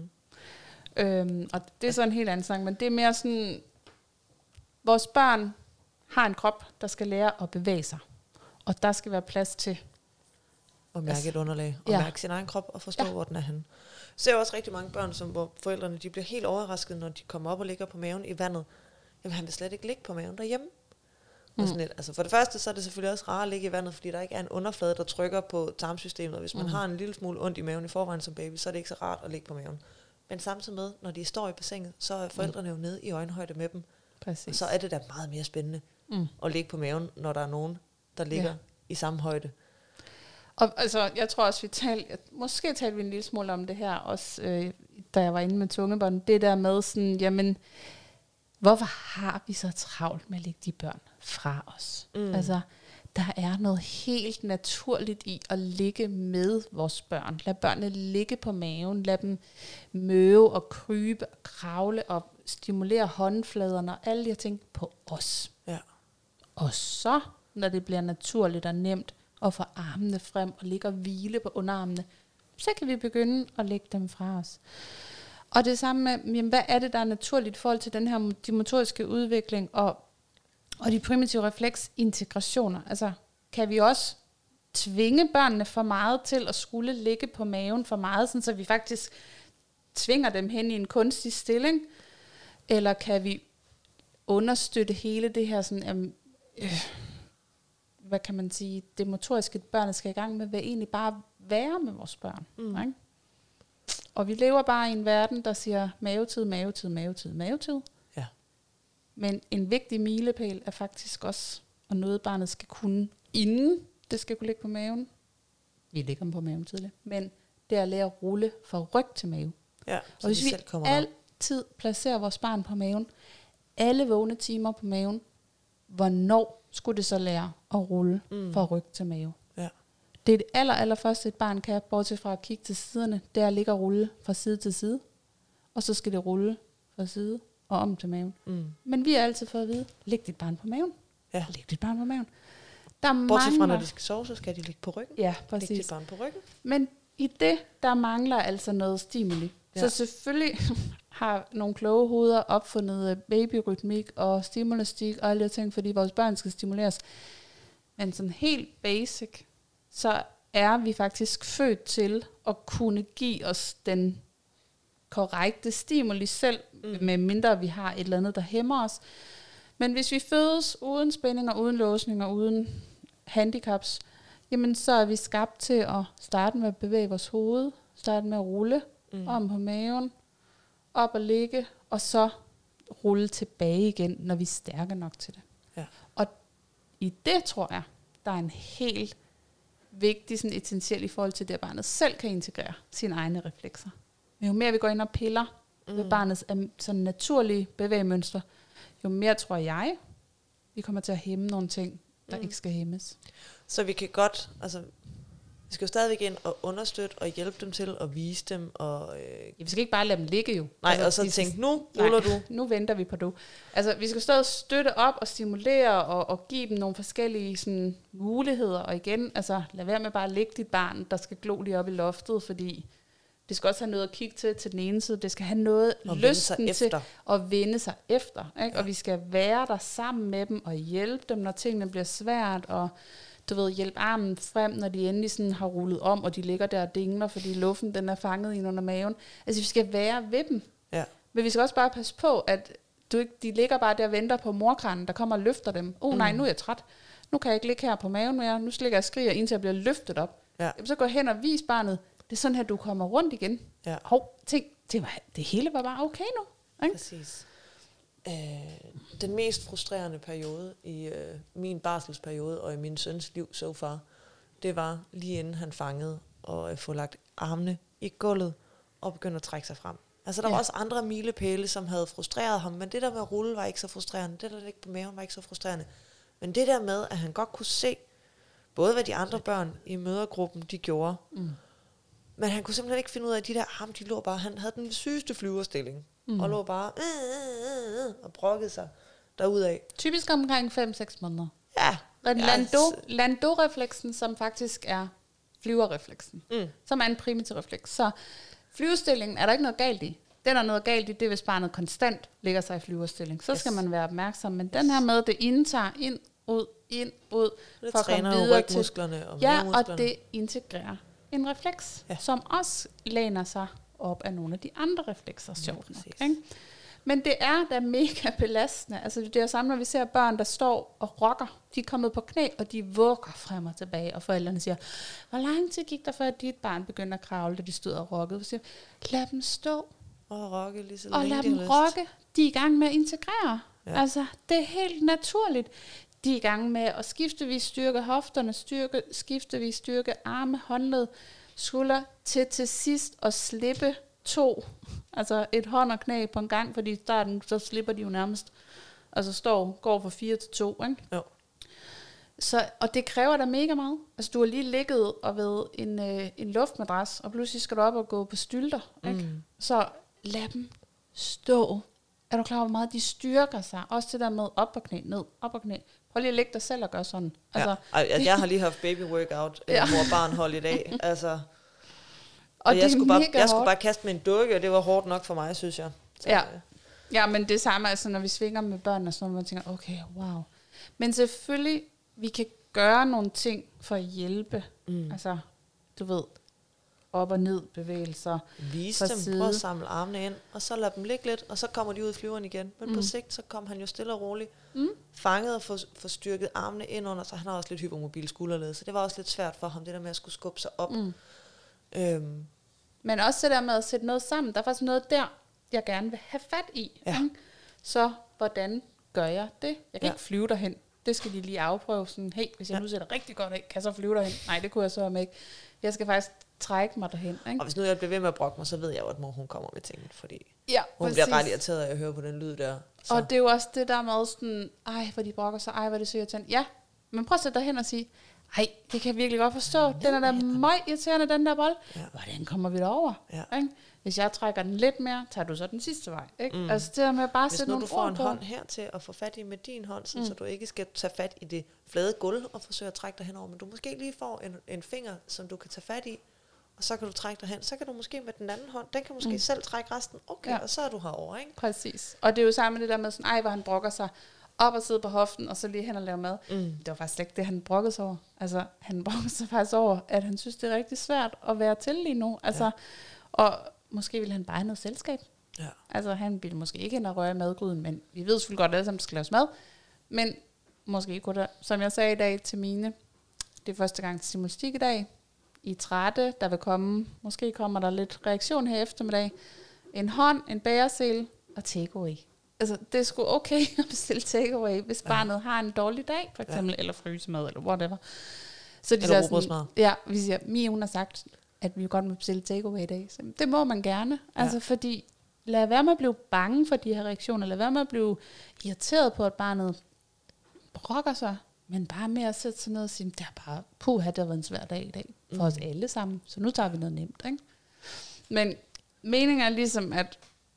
Og det er så en helt anden sang, men det er mere sådan, vores børn har en krop, der skal lære at bevæge sig. Og der skal være plads til at mærke et underlag, og mærke sin egen krop, og forstå, hvor den er henne. Så er jo også rigtig mange børn, hvor forældrene de bliver helt overrasket, når de kommer op og ligger på maven i vandet. Jamen, han vil slet ikke ligge på maven derhjemme. Og sådan lidt. Altså for det første, så er det selvfølgelig også rart at ligge i vandet, fordi der ikke er en underflade, der trykker på tarmsystemet. Og hvis man har en lille smule ondt i maven i forvejen som baby, så er det ikke så rart at ligge på maven. Men samtidig med, når de står i bassinet, så er forældrene jo nede i øjenhøjde med dem. Præcis. Og så er det da meget mere spændende at ligge på maven, når der er nogen, der ligger i samme højde. Og altså, jeg tror også, måske talte vi en lille smule om det her, også da jeg var inde med tungebånd. Det der med sådan, jamen, hvorfor har vi så travlt med at lægge de børn fra os? Altså, der er noget helt naturligt i at ligge med vores børn. Lad børnene ligge på maven. Lad dem møve og krybe og kravle og stimulere håndfladerne og alle de her ting på os. Ja. Og så, når det bliver naturligt og nemt at få armene frem og ligge og hvile på underarmene, så kan vi begynde at lægge dem fra os. Og det samme med, jamen, hvad er det, der er naturligt i forhold til den her de motoriske udvikling og de primitive refleksintegrationer? Altså, kan vi også tvinge børnene for meget til at skulle ligge på maven for meget, sådan, så vi faktisk tvinger dem hen i en kunstig stilling? Eller kan vi understøtte hele det her, sådan, hvad kan man sige, det motoriske, børnene skal i gang med, vil egentlig bare være med vores børn. Ikke? Og vi lever bare i en verden, der siger mavetid, mavetid, mavetid, mavetid. Ja. Men en vigtig milepæl er faktisk også, at noget barnet skal kunne, inden det skal kunne ligge på maven. Vi ligger dem på maven tidligt. Men det er at lære at rulle fra ryg til mave. Ja, og hvis vi altid placerer vores barn på maven, alle vågne timer på maven, hvornår skulle det så lære at rulle fra ryg til mave? Ja. Det er det allerførste, et barn kan, bortset fra at kigge til siderne, det er at ligge og rulle fra side til side. Og så skal det rulle fra side og om til maven. Men vi har altid fået at vide, læg dit barn på maven. Ja. Læg dit barn på maven. Bortset fra, når de skal sove, så skal de ligge på ryggen. Ja, præcis. Læg dit barn på ryggen. Men i det, der mangler altså noget stimuli. Ja. Så selvfølgelig har nogle kloge hoveder opfundet babyrytmik og stimulastik og alle de ting, fordi vores børn skal stimuleres. Men sådan helt basic, så er vi faktisk født til at kunne give os den korrekte stimuli selv, med mindre vi har et eller andet, der hæmmer os. Men hvis vi fødes uden spændinger, uden låsninger, uden handicaps, jamen så er vi skabt til at starte med at bevæge vores hoved, starte med at rulle om på maven, op og ligge, og så rulle tilbage igen, når vi er stærke nok til det. Ja. Og i det tror jeg, der er en helt vigtig, sådan essentiel i forhold til det, at barnet selv kan integrere sine egne reflekser. Men jo mere vi går ind og piller ved barnets sådan naturlige bevægemønster, jo mere tror jeg, vi kommer til at hæmme nogle ting, der ikke skal hæmmes. Så vi kan godt, altså, vi skal jo stadigvæk ind og understøtte og hjælpe dem til at vise dem. Og, vi skal ikke bare lade dem ligge jo. Nej, altså, og så tænke, nu ruller du. Nu venter vi på du. Altså, vi skal stadig støtte op og stimulere og give dem nogle forskellige sådan, muligheder. Og igen, altså, lad være med bare at lægge dit barn, der skal glo lige op i loftet, fordi det skal også have noget at kigge til den ene side. Det skal have noget lysten til at vende sig efter. Ikke? Ja. Og vi skal være der sammen med dem og hjælpe dem, når tingene bliver svært. Og du ved, hjælpe armen frem, når de endelig sådan har rullet om, og de ligger der og dingler, fordi luften den er fanget ind under maven. Altså vi skal være ved dem. Ja. Men vi skal også bare passe på, at de ligger bare der og venter på morkranen, der kommer og løfter dem. Nej, nu er jeg træt. Nu kan jeg ikke ligge her på maven mere. Nu ligger jeg og skriger, indtil jeg bliver løftet op. Ja. Så går jeg hen og vis barnet, det er sådan her, du kommer rundt igen. Ja. Det hele var bare okay nu. Ikke? Præcis. Den mest frustrerende periode i min barselsperiode og i min søns liv so far, det var lige inden han fangede og få lagt armene i gulvet og begyndte at trække sig frem. Altså der var også andre milepæle, som havde frustreret ham, men det der med at rulle var ikke så frustrerende, det der ligge på maven var ikke så frustrerende. Men det der med, at han godt kunne se, både hvad de andre børn i mødergruppen, de gjorde, men han kunne simpelthen ikke finde ud af, at de der arme, de lå bare, han havde den sygeste flyverstilling, og lå bare og brokkede sig derudad. Typisk omkring 5-6 måneder. Ja. Lando-refleksen, som faktisk er flyverrefleksen, som er en primitiv refleks. Så flyvestillingen er der ikke noget galt i. Den er noget galt i, det er, hvis barnet konstant ligger sig i flyverstilling. Så skal man være opmærksom. Men den her med, det indtager ind, ud, det for at komme videre til rygmusklerne og mavemusklerne. Og det integrerer en refleks, som også læner sig op af nogle af de andre reflekser, sjovt nok. Ikke? Men det er da mega belastende. Altså det er samme, når vi ser børn, der står og rokker. De er kommet på knæ, og de vugger frem og tilbage. Og forældrene siger, hvor lang tid gik der, før dit barn begyndte at kravle, da de stod og rokkede? Og siger, lad dem stå. Og rokke lige så længe. Og lad dem rokke. De er i gang med at integrere. Ja. Altså, det er helt naturligt. De er i gang med at skiftevis styrke hofterne, skiftevis styrke arme, håndled, skulder, til sidst at slippe 2. Altså et hånd og knæ på en gang, fordi i starten, så slipper de jo nærmest. Altså går fra 4 til 2, ikke? Jo. Så, og det kræver da mega meget. Altså du har lige ligget og ved en luftmadras, og pludselig skal du op og gå på stylter, ikke? Så lad dem stå. Er du klar over, hvor meget de styrker sig? Også det der med op og knæ, ned, op og knæ. Prøv lige at lægge dig selv og gøre sådan. Altså, jeg har lige haft baby workout, mor-barn-hold i dag. Altså, og jeg skulle bare kaste med en dukke, og det var hårdt nok for mig, synes jeg. Så, ja, men det samme, altså, når vi svinger med børn og sådan noget, man tænker, okay, wow. Men selvfølgelig, vi kan gøre nogle ting for at hjælpe. Altså, du ved, op og ned bevægelser. Vise dem, prøv at samle armene ind, og så lad dem ligge lidt, og så kommer de ud i flyveren igen. Men på sigt, så kom han jo stille og roligt. Fanget og få styrket armene ind under, så han har også lidt hypermobil skulderled, så det var også lidt svært for ham, det der med at skulle skubbe sig op. Men også det der med at sætte noget sammen, der er faktisk noget der, jeg gerne vil have fat i. Ja. Så hvordan gør jeg det? Jeg kan ikke flyve derhen. Det skal de lige afprøve. Sådan, hey, hvis jeg nu sætter rigtig godt af, kan jeg så flyve derhen? Nej, det kunne jeg så ikke. Jeg skal faktisk trække mig derhen. Ikke? Og hvis nu jeg bliver ved med at brokke mig, så ved jeg jo, at mor hun kommer med tingene, fordi hun præcis. bliver ret irriteret af at høre på den lyd der. Så. Og det er jo også det der med sådan, ej, hvor de brokker sig, ej, hvor det så irriterende. Ja, men prøv at sætte dig hen og sige, ej, det kan jeg virkelig godt forstå. Den er da meget irriterende, den der bold. Ja. Hvordan kommer vi derover? Ja. Ikke? Hvis jeg trækker den lidt mere, tager du så den sidste vej. Ikke? Altså det der med bare at sætte nogle ord på. Hvis nu du får en hånd her til at få fat i med din hånd, så du ikke skal tage fat i det flade gulv og forsøge at trække dig henover, men du måske lige får en finger, som du kan tage fat i, og så kan du trække dig hen. Så kan du måske med den anden hånd, den kan måske selv trække resten. Okay, og så er du herovre, ikke? Præcis. Og det er jo sammen med det der med sådan, ej, hvor han brokker sig op og sidde på hoften, og så lige hen og lave mad. Det var faktisk ikke det, han brokkede sig over. Altså, han brokkede sig faktisk over, at han synes, det er rigtig svært at være til lige nu. Altså, og måske ville han bare have noget selskab. Ja. Altså, han ville måske ikke hen og røre madgryden, men vi ved selvfølgelig godt, at der skal laves mad. Men måske kunne der, som jeg sagde i dag til Mine, det er første gang til gymnastik i dag. I trætte, der vil komme, måske kommer der lidt reaktion her eftermiddag. En hånd, en bæresel og takeaway. Altså, det er sgu okay at bestille takeaway, hvis barnet har en dårlig dag, for eksempel, eller frysemad, eller whatever. Så de eller rugbrødsmad. Ja, vi siger, Mia, hun har sagt, at vi godt må bestille takeaway i dag. Så det må man gerne. Altså, fordi lad være med at blive bange for de her reaktioner. Lad være med at blive irriteret på, at barnet brokker sig. Men bare med at sætte sig ned og sige, det er bare, det har været en svær dag i dag. For os alle sammen. Så nu tager vi noget nemt, ikke? Men meningen er ligesom, at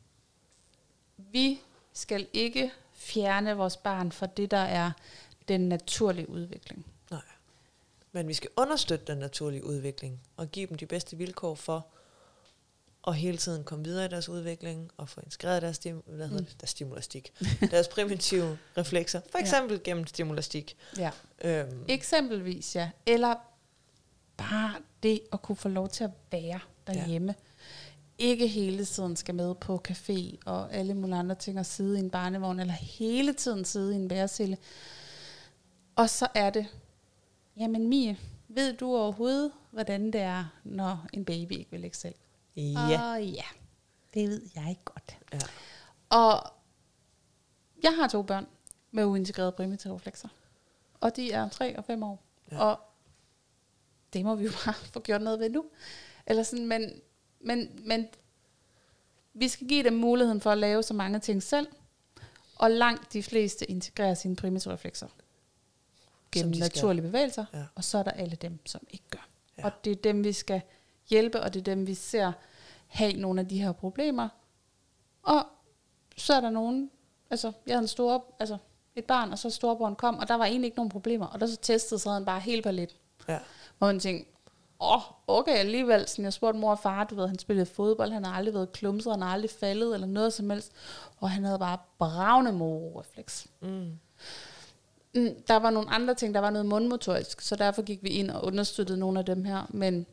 vi skal ikke fjerne vores barn fra det, der er den naturlige udvikling. Nej. Men vi skal understøtte den naturlige udvikling, og give dem de bedste vilkår for at hele tiden komme videre i deres udvikling, og få integreret deres, deres stimulastik, deres primitive reflekser, for eksempel gennem stimulastik. Ja. Eksempelvis, ja. Eller bare det at kunne få lov til at være derhjemme. Ikke hele tiden skal med på café og alle mulige andre ting og sidde i en barnevogn, eller hele tiden sidde i en bæresille. Og så er det, jamen Mie, ved du overhovedet, hvordan det er, når en baby ikke vil ligge selv? Ja. Og ja, det ved jeg godt. Ja. Og jeg har 2 børn med uintegrerede primitive reflekser. Og de er 3 og 5 år. Ja. Og det må vi jo bare få gjort noget ved nu. Eller sådan, men vi skal give dem muligheden for at lave så mange ting selv, og langt de fleste integrerer sine primitive reflekser gennem naturlige bevægelser, og så er der alle dem, som ikke gør. Ja. Og det er dem, vi skal hjælpe, og det er dem, vi ser have nogle af de her problemer. Og så er der nogen, altså jeg havde et barn, og så storebror kom, og der var egentlig ikke nogen problemer, og der så testede, så havde han bare helt palet. Ja. Hvor man tænkte, okay, alligevel, sådan jeg spurgte mor og far, du ved, han spillede fodbold, han har aldrig været klumset, han har aldrig faldet, eller noget som helst, og han havde bare bravende mororefleks. Der var nogle andre ting, der var noget mundmotorisk, så derfor gik vi ind og understøttede nogle af dem her, men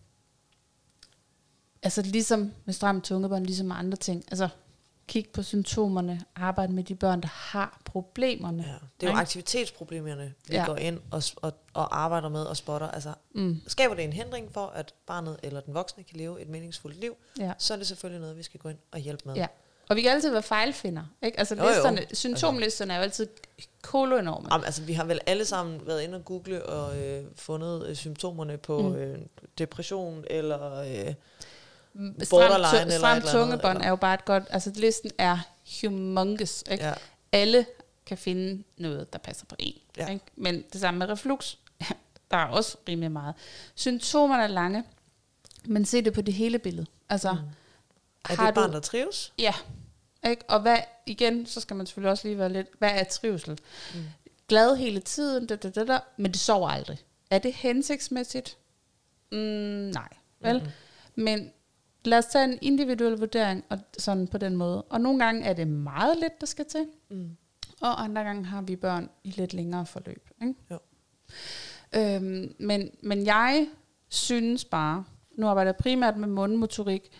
altså ligesom med stram tungebånd, ligesom med andre ting, altså kig på symptomerne, arbejde med de børn, der har problemerne. Ja, det er jo aktivitetsproblemerne, vi går ind og arbejder med og spotter. Altså, skaber det en hindring for, at barnet eller den voksne kan leve et meningsfuldt liv, så er det selvfølgelig noget, vi skal gå ind og hjælpe med. Ja. Og vi kan altid være fejlfinder, ikke? Altså symptomlisterne er jo altid koloenorme. Jamen, altså vi har vel alle sammen været inde og google og fundet symptomerne på depression eller borderline stram tungebånd er jo bare et godt, altså listen er humongous, ikke? Ja. Alle kan finde noget, der passer på en. Ja. Ikke? Men det samme med reflux, der er også rimelig meget. Symptomerne er lange, men se det på det hele billede. Altså, er det et barn, der trives? Ja. Ikke? Og hvad, igen, så skal man selvfølgelig også lige være lidt, hvad er trivsel? Glad hele tiden, men det sover aldrig. Er det hensigtsmæssigt? Nej. Vel? Men lad os tage en individuel vurdering og sådan på den måde. Og nogle gange er det meget lidt, der skal til. Og andre gange har vi børn i lidt længere forløb. Ikke? Jo. Men jeg synes bare, nu arbejder jeg primært med mundmotorik,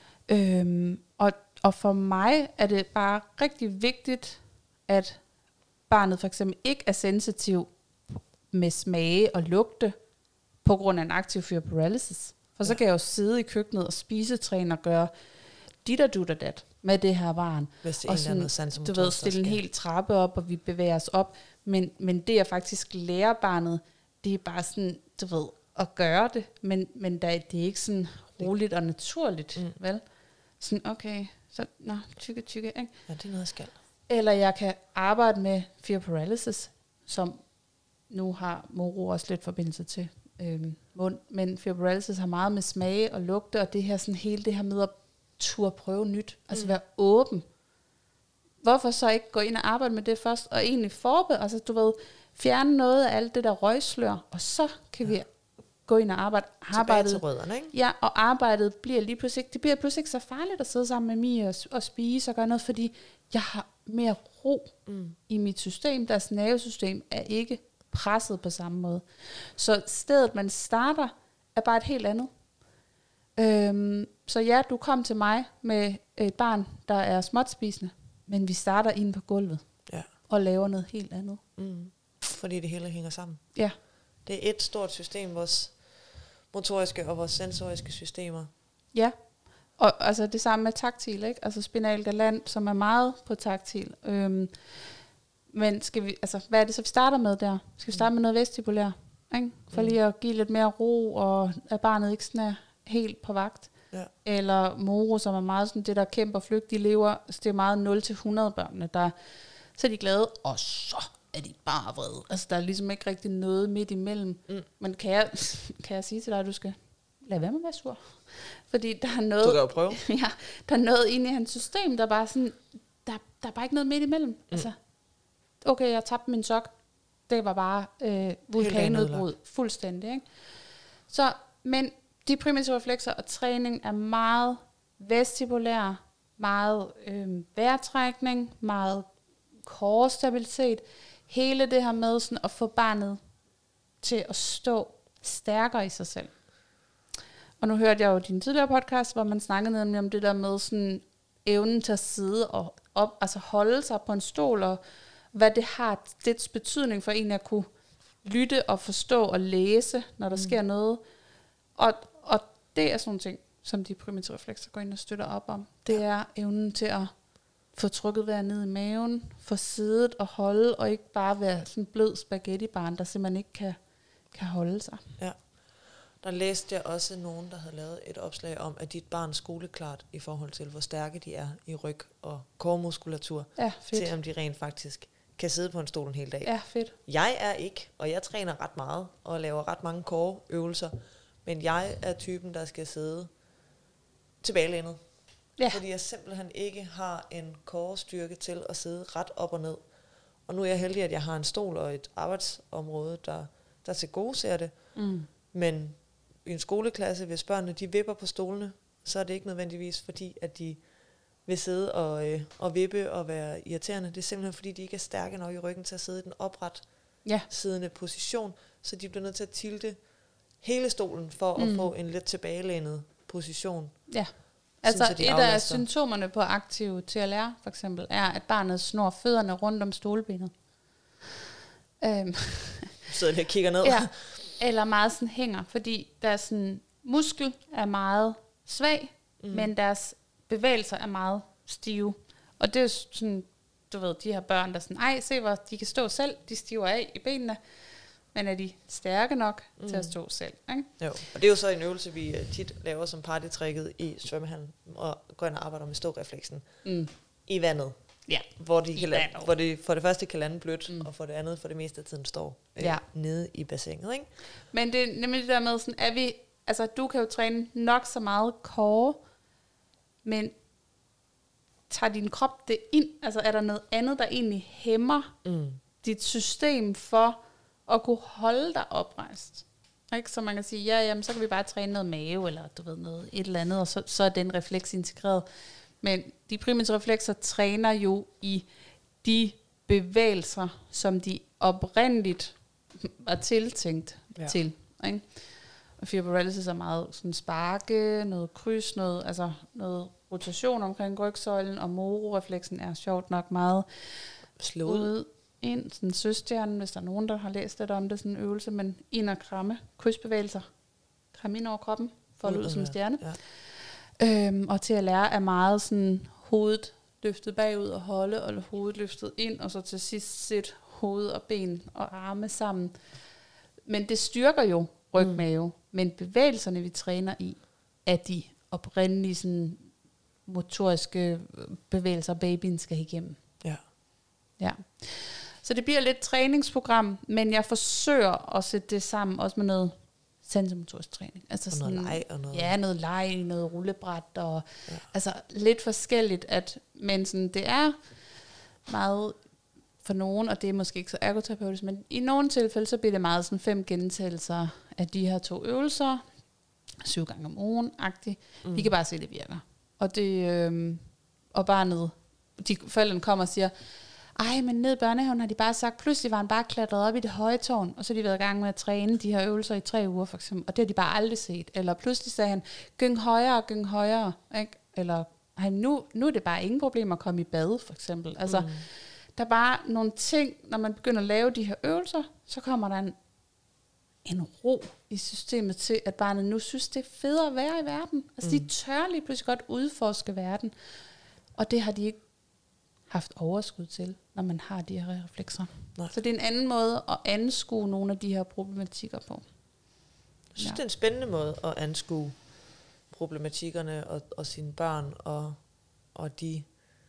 og for mig er det bare rigtig vigtigt, at barnet for eksempel ikke er sensitiv med smage og lugte på grund af en aktiv fear paralysis. For så kan jeg jo sidde i køkkenet og spisetræne og gøre dit og dut og dat. med det her barn. Hvis det er og en eller anden sansemotor, du ved, stille en hel trappe op, og vi bevæger os op. Men det at faktisk lære barnet, det er bare sådan, du ved, at gøre det. Men det er ikke sådan roligt og naturligt, vel? Sådan, okay, så tykke, ikke? Ja, det er noget, jeg skal. Eller jeg kan arbejde med fear paralysis, som nu har Moro også lidt forbindelse til mund, men fear paralysis har meget med smage og lugte, og det her sådan hele det her med at turde prøve nyt, altså være åben. Hvorfor så ikke gå ind og arbejde med det først, og egentlig altså du ved, fjerne noget af alt det der røgslør, og så kan vi gå ind og arbejde. Tilbage til rødderne, ikke? Ja, og arbejdet bliver lige pludselig, det bliver pludselig ikke så farligt at sidde sammen med Mie og spise og gøre noget, fordi jeg har mere ro i mit system. Deres nervesystem er ikke presset på samme måde. Så stedet, man starter, er bare et helt andet. Så ja, du kom til mig med et barn, der er småtspisende, men vi starter inde på gulvet og laver noget helt andet. Fordi det hele hænger sammen. Ja. Det er et stort system, vores motoriske og vores sensoriske systemer. Ja, og altså det samme med taktil, ikke? Altså spinal galant, som er meget på taktil. Men skal vi, altså, hvad er det så, vi starter med der? Skal vi starte med noget vestibulær? Ikke? For lige at give lidt mere ro, og at barnet ikke sådan er helt på vagt. Ja. Eller Moro, som er meget sådan det, der kæmper flygt, de lever, så det er meget 0-100 børnene, der så er de glade, og så er de bare vrede. Altså der er ligesom ikke rigtig noget midt imellem. Men kan jeg sige til dig, at du skal lade være med at være sur? Fordi der er noget, du kan jo prøve. Ja, der er noget inde i hans system, der bare sådan, der er bare ikke noget midt imellem. Altså, okay, jeg tabte min sok. Det var bare vulkanudbrud. Fuldstændig, ikke? Så, men de primitive reflekser og træning er meget vestibulær, meget vejrtrækning, meget core-stabilitet. Hele det her med sådan at få barnet til at stå stærkere i sig selv. Og nu hørte jeg jo din tidligere podcast, hvor man snakkede nemlig om det der med sådan evnen til at sidde og altså holde sig på en stol, og hvad det har dets betydning for en at kunne lytte og forstå og læse, når der sker noget. Og det er sådan nogle ting, som de primitive reflekser går ind og støtter op om. Det er evnen til at få trykket vejret ned i maven, få siddet og holde, og ikke bare være sådan en blød spaghettibarn, der simpelthen ikke kan holde sig. Ja. Der læste jeg også nogen, der havde lavet et opslag om, at dit barn er skoleklart i forhold til, hvor stærke de er i ryg og core-muskulatur, til om de rent faktisk kan sidde på en stol en hel dag. Ja, fedt. Jeg er ikke, og jeg træner ret meget, og laver ret mange core-øvelser, men jeg er typen, der skal sidde tilbagelænet. Ja. Fordi jeg simpelthen ikke har en core-styrke til at sidde ret op og ned. Og nu er jeg heldig, at jeg har en stol og et arbejdsområde, der til gode ser det. Men i en skoleklasse, hvis børnene de vipper på stolene, så er det ikke nødvendigvis fordi, at de vil sidde og vippe og være irriterende. Det er simpelthen fordi, de ikke er stærke nok i ryggen til at sidde i den opret siddende position, så de bliver nødt til at tilte hele stolen for at få en lidt tilbagelænet position. Ja. Altså sådan, et af symptomerne på aktiv til at lære, for eksempel, er, at barnet snor fødderne rundt om stolbenet. Sidder lige og kigger ned. Ja. Eller meget sådan hænger, fordi deres sådan, muskel er meget svag, men deres bevægelser er meget stive. Og det er sådan, du ved, de her børn, der sådan, ej, se hvor de kan stå selv, de stiver af i benene, men er de stærke nok til at stå selv, ikke? Jo, og det er jo så en øvelse, vi tit laver som partytricket i svømmehallen, og går ind og arbejder med stårefleksen i vandet. Ja, hvor de for det første kan lande blødt, og for det andet for det meste af tiden står nede i bassinet, ikke? Men det er nemlig det der med, sådan, altså du kan jo træne nok så meget core, men tager din krop det ind? Altså er der noget andet, der egentlig hæmmer dit system for at kunne holde dig oprejst? Ikke? Så man kan sige, jamen, så kan vi bare træne noget mave, eller du ved noget, et eller andet, og så er den refleks integreret. Men de primitive reflekser træner jo i de bevægelser, som de oprindeligt var tiltænkt til. Ikke? Og fear paralysis er meget sådan sparke, noget kryds, noget rotation omkring rygsøjlen, og Moro-refleksen er sjovt nok meget slået ind, sådan søstjernen, hvis der er nogen, der har læst lidt om det, sådan en øvelse, men ind og kramme, krydsbevægelser, kramme ind over kroppen, for at lyde som en stjerne. Ja. Og til at lære er meget sådan hovedet løftet bagud og holde, og hovedet løftet ind, og så til sidst sætte hoved og ben og arme sammen. Men det styrker jo rygmave, men bevægelserne, vi træner i, er de oprindelige sådan, motoriske bevægelser, babyen skal igennem. Ja. Så det bliver lidt træningsprogram, men jeg forsøger at sætte det sammen også med noget sansemotorisk træning. Altså og sådan, noget leg og noget... Ja, noget leg, noget rullebræt, og altså lidt forskelligt, men sådan, det er meget for nogen, og det er måske ikke så ergoterapeutisk, men i nogle tilfælde, så bliver det meget sådan 5 gentagelser af de her 2 øvelser, 7 gange om ugen-agtigt. Vi kan bare se, at det virker. Og det, og barnet, forældrene kommer og siger, ej, men ned i børnehaven har de bare sagt, pludselig var han bare klatret op i det høje tårn, og så har de været i gang med at træne de her øvelser i 3 uger, for eksempel, og det har de bare aldrig set. Eller pludselig sagde han, gyng højere, ikke? Eller, nu er det bare ingen problem at komme i bad, for eksempel. Altså, der er bare nogle ting, når man begynder at lave de her øvelser, så kommer der en ro i systemet til, at barnet nu synes, det er federe at være i verden. Altså, de tør lige pludselig godt udforske verden, og det har de ikke haft overskud til, når man har de her reflekser. Nej. Så det er en anden måde at anskue nogle af de her problematikker på. Jeg synes, det er en spændende måde at anskue problematikkerne og sine børn og de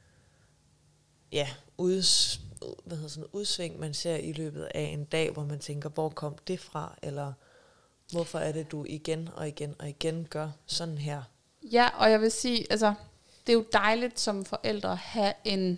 udsving, man ser i løbet af en dag, hvor man tænker, hvor kom det fra, eller hvorfor er det, du igen og igen og igen gør sådan her? Ja, og jeg vil sige, altså, det er jo dejligt som forældre at have en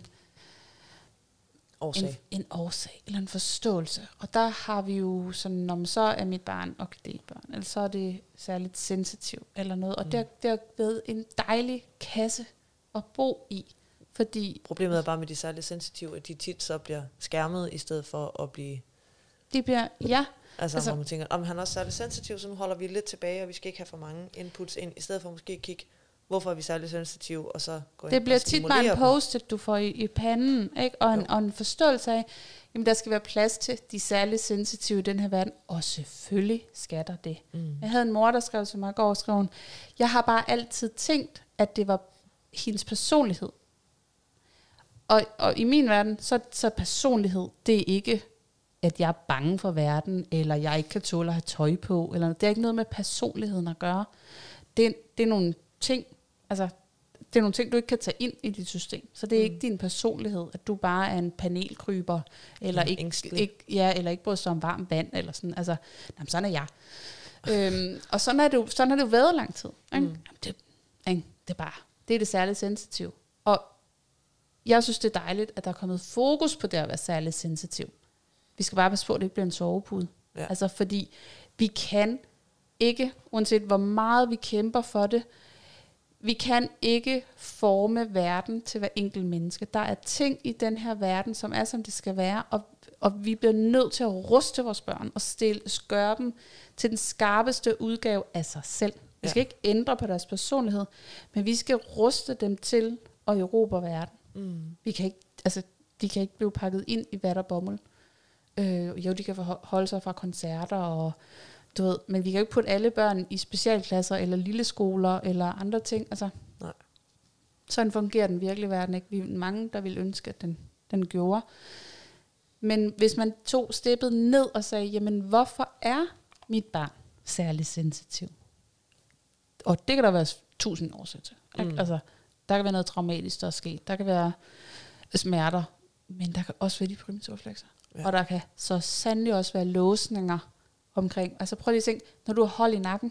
årsag eller en forståelse. Og der har vi jo sådan, om så er mit barn orkidebarn, eller så er det særligt sensitiv eller noget. Og det har været en dejlig kasse at bo i. Fordi problemet er bare med de særligt sensitive, at de tit så bliver skærmet, i stedet for at blive... De bliver, ja. Altså hvor man tænker, om han er også særligt sensitiv, så nu holder vi lidt tilbage, og vi skal ikke have for mange inputs ind, i stedet for måske at kigge, hvorfor er vi særligt sensitive, og så gå ind det bliver og tit bare en post-it, du får i panden, ikke? Og en forståelse af, jamen der skal være plads til de særligt sensitive i den her verden, og selvfølgelig skal der det. Jeg havde en mor, der skrev til mig i går, skrev hun, jeg har bare altid tænkt, at det var hendes personlighed. Og i min verden, så personlighed, det er ikke, at jeg er bange for verden, eller jeg ikke kan tåle at have tøj på, eller det er ikke noget med personligheden at gøre. Det er nogle ting, altså det er nogle ting, du ikke kan tage ind i dit system. Så det er ikke din personlighed, at du bare er en panelkryber, eller ikke bryder sig om varmt vand, eller sådan. Altså, jamen, sådan er jeg. Og sådan er det jo været lang tid. Ikke? Jamen, det er det særligt sensitive. Og jeg synes, det er dejligt, at der er kommet fokus på det at være særligt sensitiv. Vi skal bare passe på, at det ikke bliver en sovepude. Ja. Altså, fordi vi kan ikke, uanset hvor meget vi kæmper for det, vi kan ikke forme verden til hver enkelt menneske. Der er ting i den her verden, som er, som det skal være, og vi bliver nødt til at ruste vores børn og gøre dem til den skarpeste udgave af sig selv. Vi skal ikke ændre på deres personlighed, men vi skal ruste dem til at erobre verden. Vi kan ikke, altså, de kan ikke blive pakket ind i vat og bomuld. Jo, de kan holde sig fra koncerter, og du ved, men vi kan jo ikke putte alle børn i specialklasser, eller lille skoler, eller andre ting. Altså, nej. Sådan fungerer den virkelige verden ikke. Vi er mange, der vil ønske, at den gjorde. Men hvis man tog steppet ned og sagde, jamen hvorfor er mit barn særlig sensitiv? Og det kan der være 1000 årsager til. Altså, der kan være noget traumatisk, der er sket. Der kan være smerter, men der kan også være de primitive reflekser. Ja. Og der kan så sandelig også være låsninger omkring. Altså prøv lige at tænke, når du har hold i nakken,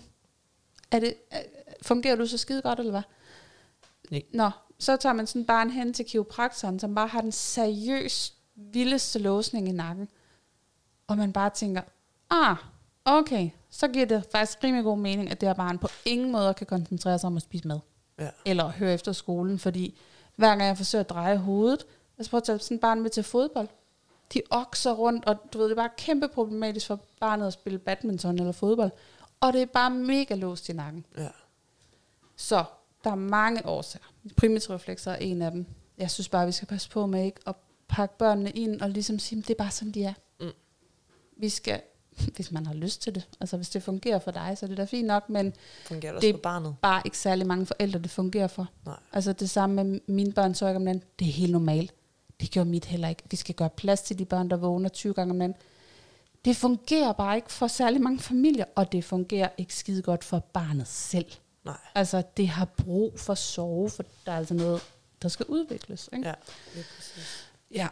fungerer du så skide godt, eller hvad? Nej. Nå, så tager man sådan barn hen til kiropraktoren, som bare har den seriøst vildeste låsning i nakken. Og man bare tænker, okay, så giver det faktisk rimelig god mening, at det her barn på ingen måde kan koncentrere sig om at spise mad. Ja. Eller høre efter skolen, fordi hver gang jeg forsøger at dreje hovedet, altså prøv at tage sådan et barn med til fodbold. De okser rundt, og du ved, det er bare kæmpe problematisk for barnet at spille badminton eller fodbold. Og det er bare mega låst i nakken. Ja. Så der er mange årsager. Primitive reflekser er en af dem. Jeg synes bare, vi skal passe på med ikke at pakke børnene ind og ligesom sige, det er bare sådan, de er. Vi skal hvis man har lyst til det. Altså hvis det fungerer for dig, så er det da fint nok, men Fungerer det det også for barnet? bare ikke særlig mange forældre, det fungerer for. Nej. Altså det samme med mine børn, så ikke om den. Det er helt normalt. Det gjorde mit heller ikke. Vi skal gøre plads til de børn, der vågner 20 gange om den. Det fungerer bare ikke for særlig mange familier, og det fungerer ikke skide godt for barnet selv. Nej. Altså det har brug for sove, for der er altså noget, der skal udvikles. Ikke? Ja, lige præcis. Ja.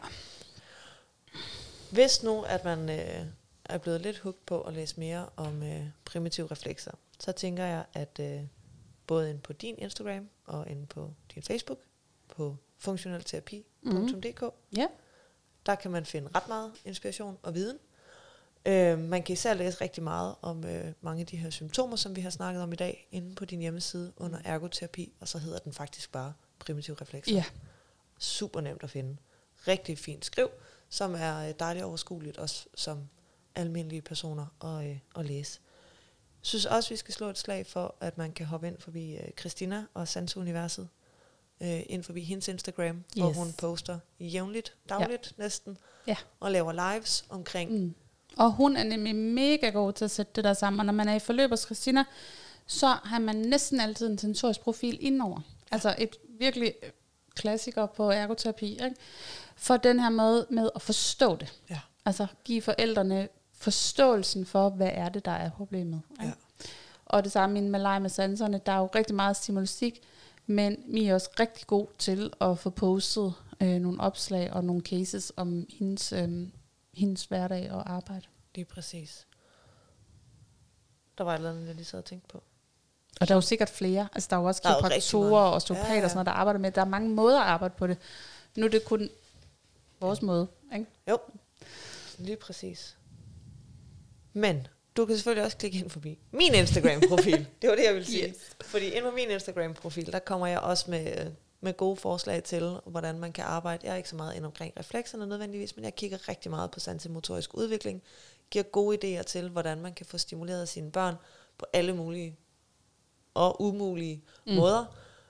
Hvis nu, at man er blevet lidt hooked på at læse mere om primitive reflekser, så tænker jeg, at både inde på din Instagram og inde på din Facebook, på funktionelterapi.dk, Ja. der kan man finde ret meget inspiration og viden. Man kan især læse rigtig meget om mange af de her symptomer, som vi har snakket om i dag, inde på din hjemmeside under ergoterapi, og så hedder den faktisk bare primitive reflekser. Ja. Super nemt at finde. Rigtig fint skriv, som er dejligt overskueligt, også som almindelige personer at læse. Jeg synes også, vi skal slå et slag for, at man kan hoppe ind forbi Christina og Sanseuniverset, ind forbi hendes Instagram, hvor hun poster jævnligt, dagligt næsten, og laver lives omkring. Og hun er nemlig mega god til at sætte det der sammen, og når man er i forløb hos Christina, så har man næsten altid en sensorisk profil indenover. Altså et virkelig klassiker på ergoterapi, ikke? For den her måde med at forstå det. Ja. Altså give forældrene forståelsen for, hvad er det, der er problemet. Ikke? Ja. Og det samme med lege med sanserne. Der er jo rigtig meget stimulistik, men vi er også rigtig god til at få postet nogle opslag og nogle cases om hendes hverdag og arbejde. Lige præcis. Der var et eller andet, jeg lige sad og tænkte på. Og der er jo sikkert flere. Altså der er jo også kiropraktorer og osteopater og sådan noget, der arbejder med. Der er mange måder at arbejde på det. Nu er det kun vores måde, ikke? Jo, lige præcis. Men du kan selvfølgelig også klikke ind forbi min Instagram-profil. Det var det, jeg ville sige. Yes. Fordi ind på min Instagram-profil, der kommer jeg også med gode forslag til, hvordan man kan arbejde. Jeg er ikke så meget ind omkring reflekserne nødvendigvis, men jeg kigger rigtig meget på sansemotorisk udvikling. Giver gode idéer til, hvordan man kan få stimuleret sine børn på alle mulige og umulige måder.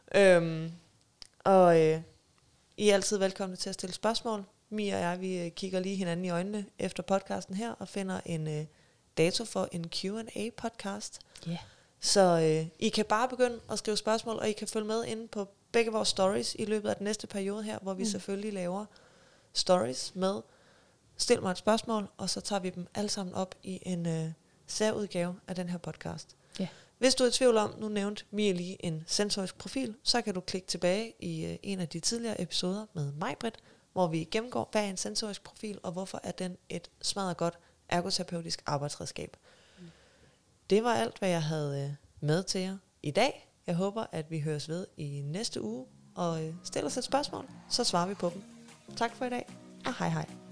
I er altid velkomne til at stille spørgsmål. Mia og jeg, vi kigger lige hinanden i øjnene efter podcasten her, og finder en dato for en Q&A-podcast. Yeah. Så I kan bare begynde at skrive spørgsmål, og I kan følge med inde på begge vores stories i løbet af den næste periode her, hvor vi selvfølgelig laver stories med stil mig et spørgsmål, og så tager vi dem alle sammen op i en særudgave af den her podcast. Yeah. Hvis du er i tvivl om, nu nævnte Mia lige en sensorisk profil, så kan du klikke tilbage i en af de tidligere episoder med Maj-Britt, hvor vi gennemgår, hvad er en sensorisk profil, og hvorfor er den et smadret godt ergoterapeutisk arbejdsredskab. Det var alt, hvad jeg havde med til jer i dag. Jeg håber, at vi høres ved i næste uge, og stiller os et spørgsmål, så svarer vi på dem. Tak for i dag, og hej hej.